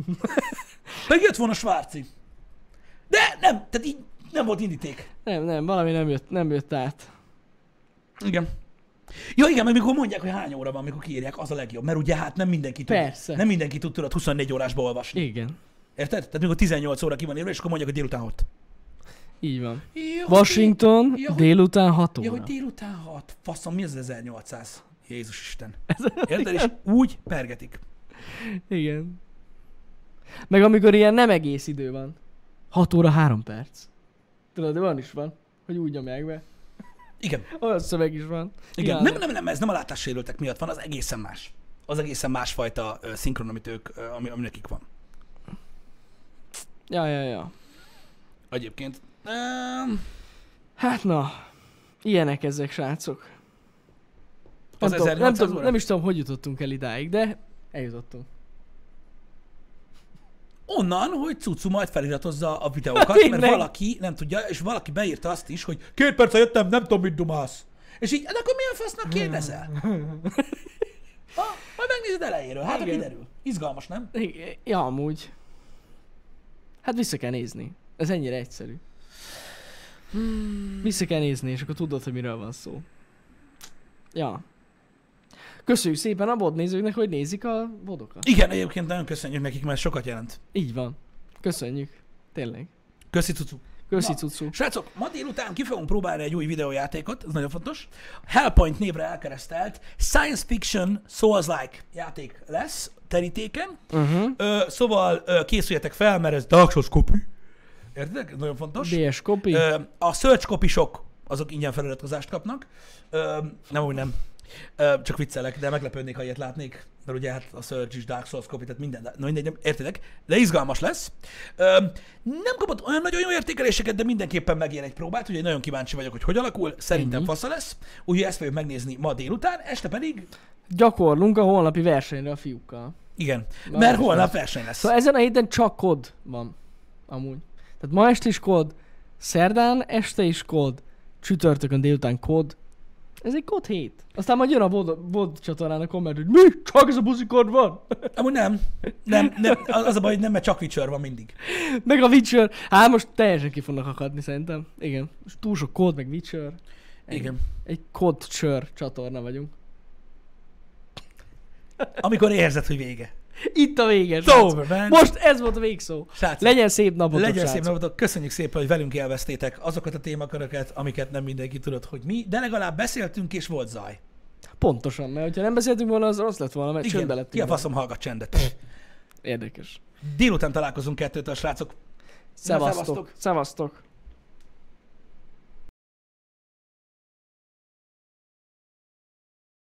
Meg jött volna Svárci. De nem, tehát így nem volt indíték. Nem, nem, valami nem jött, nem jött át. Igen. Ja igen, meg mikor mondják, hogy hány óra van, mikor kiírják, az a legjobb. Mert ugye hát nem mindenki tud, Persze. nem mindenki tud tudod huszonnégy órásba olvasni. Igen. Érted? Tehát mikor tizennyolc óra ki van írva, és akkor mondják, hogy délután hat. Így van. Ja, hogy Washington, Ja, hogy- délután hat óra. Ja, hogy délután hat. Faszom, mi az ezernyolcszáz? Jézus Isten. Érted? És úgy pergetik. Igen. Meg amikor ilyen nem egész idő van. hat óra három perc. Tudod, de van is van, hogy úgy nyomják be. Igen. Olyan szöveg is van. Igen. Imádom. Nem, nem, nem, ez nem a látássérültek miatt van, az egészen más. Az egészen másfajta ö, szinkron, amit ők, ö, ami, ami nekik van. Ja, ja, ja. Egyébként. Um, Hát na, ilyenek ezek, srácok. Az Nem, tudom, nem, ezernyolcszáz tudom, óra? nem is tudom, hogy jutottunk el idáig, de eljutottunk. onnan, hogy Cucu majd feliratozza a videókat, mert Tényleg? valaki nem tudja, és valaki beírta azt is, hogy két perc jöttem, nem tudom, mit dumálsz. És így, de akkor milyen fasznak kérdezel? Ha, majd megnézed elejéről, hát ha Igen. kiderül. Izgalmas, nem? Igen, ja, amúgy. Hát vissza kell nézni. Ez ennyire egyszerű. Hmm. Vissza kell nézni, és akkor tudod, hogy miről van szó. Ja. Köszönjük szépen a bod nézőknek, hogy nézik a bodokat. Igen, egyébként nagyon köszönjük nekik, mert sokat jelent. Így van. Köszönjük. Tényleg. Köszi, Cucu. Köszi, Na, cucú. Srácok, ma délután ki fogunk próbálni egy új videójátékot, ez nagyon fontos. Hellpoint névre elkeresztelt Science Fiction Souls-like játék lesz terítéken. Uh-huh. Ö, szóval ö, készüljetek fel, mert ez Dark Souls copy. Érted? Nagyon fontos. bé es copy. Ö, a search copy-sok, azok ingyen feliratkozást kapnak. Ö, nem úgy nem. Ö, csak viccelek, de meglepődnék, ha ilyet látnék. Mert ugye hát a Search is Dark Souls copy, tehát minden, no, mindegy, értitek? De izgalmas lesz. Ö, nem kapott olyan nagyon jó értékeléseket, de mindenképpen megér egy próbát, ugye nagyon kíváncsi vagyok, hogy hogy alakul. Szerintem Ennyi. fasza lesz. Úgyhogy ezt fogjuk megnézni ma délután, este pedig, Gyakorlunk a holnapi versenyre a fiúkkal. igen, Na, mert most holnap lesz. verseny lesz. Szóval ezen a héten csak kod van. Amúgy. Tehát ma este is kod, szerdán este is kod, csütörtökön délután kod. Ez egy kod hét. Aztán majd jön a bod, bod csatornán a komment, hogy mi? Csak ez a buzikod van? Amúgy nem. nem, nem. Az a baj, hogy nem, mert csak Witcher van mindig. Meg a Witcher. Hát most teljesen ki fognak akadni szerintem. Igen. Most túl sok kód, meg Witcher. Egy, Igen. Egy kod-csör csatorna vagyunk. Amikor érzed, hogy vége. Itt a vége, It's srácok. over, man. Most ez volt a végszó. Srácok, Legyen szép napotok, legyen srácok. szép napotok. Köszönjük szépen, hogy velünk élveztétek azokat a témaköröket, amiket nem mindenki tudott, hogy mi, de legalább beszéltünk és volt zaj. Pontosan, mert ha nem beszéltünk volna, az rossz lett volna, mert csöndbe Igen, lettünk. ki a volna. faszom hallgat csendet. Érdekes. Délután találkozunk kettőtől, srácok. Szevasztok. szevasztok. Szevasztok.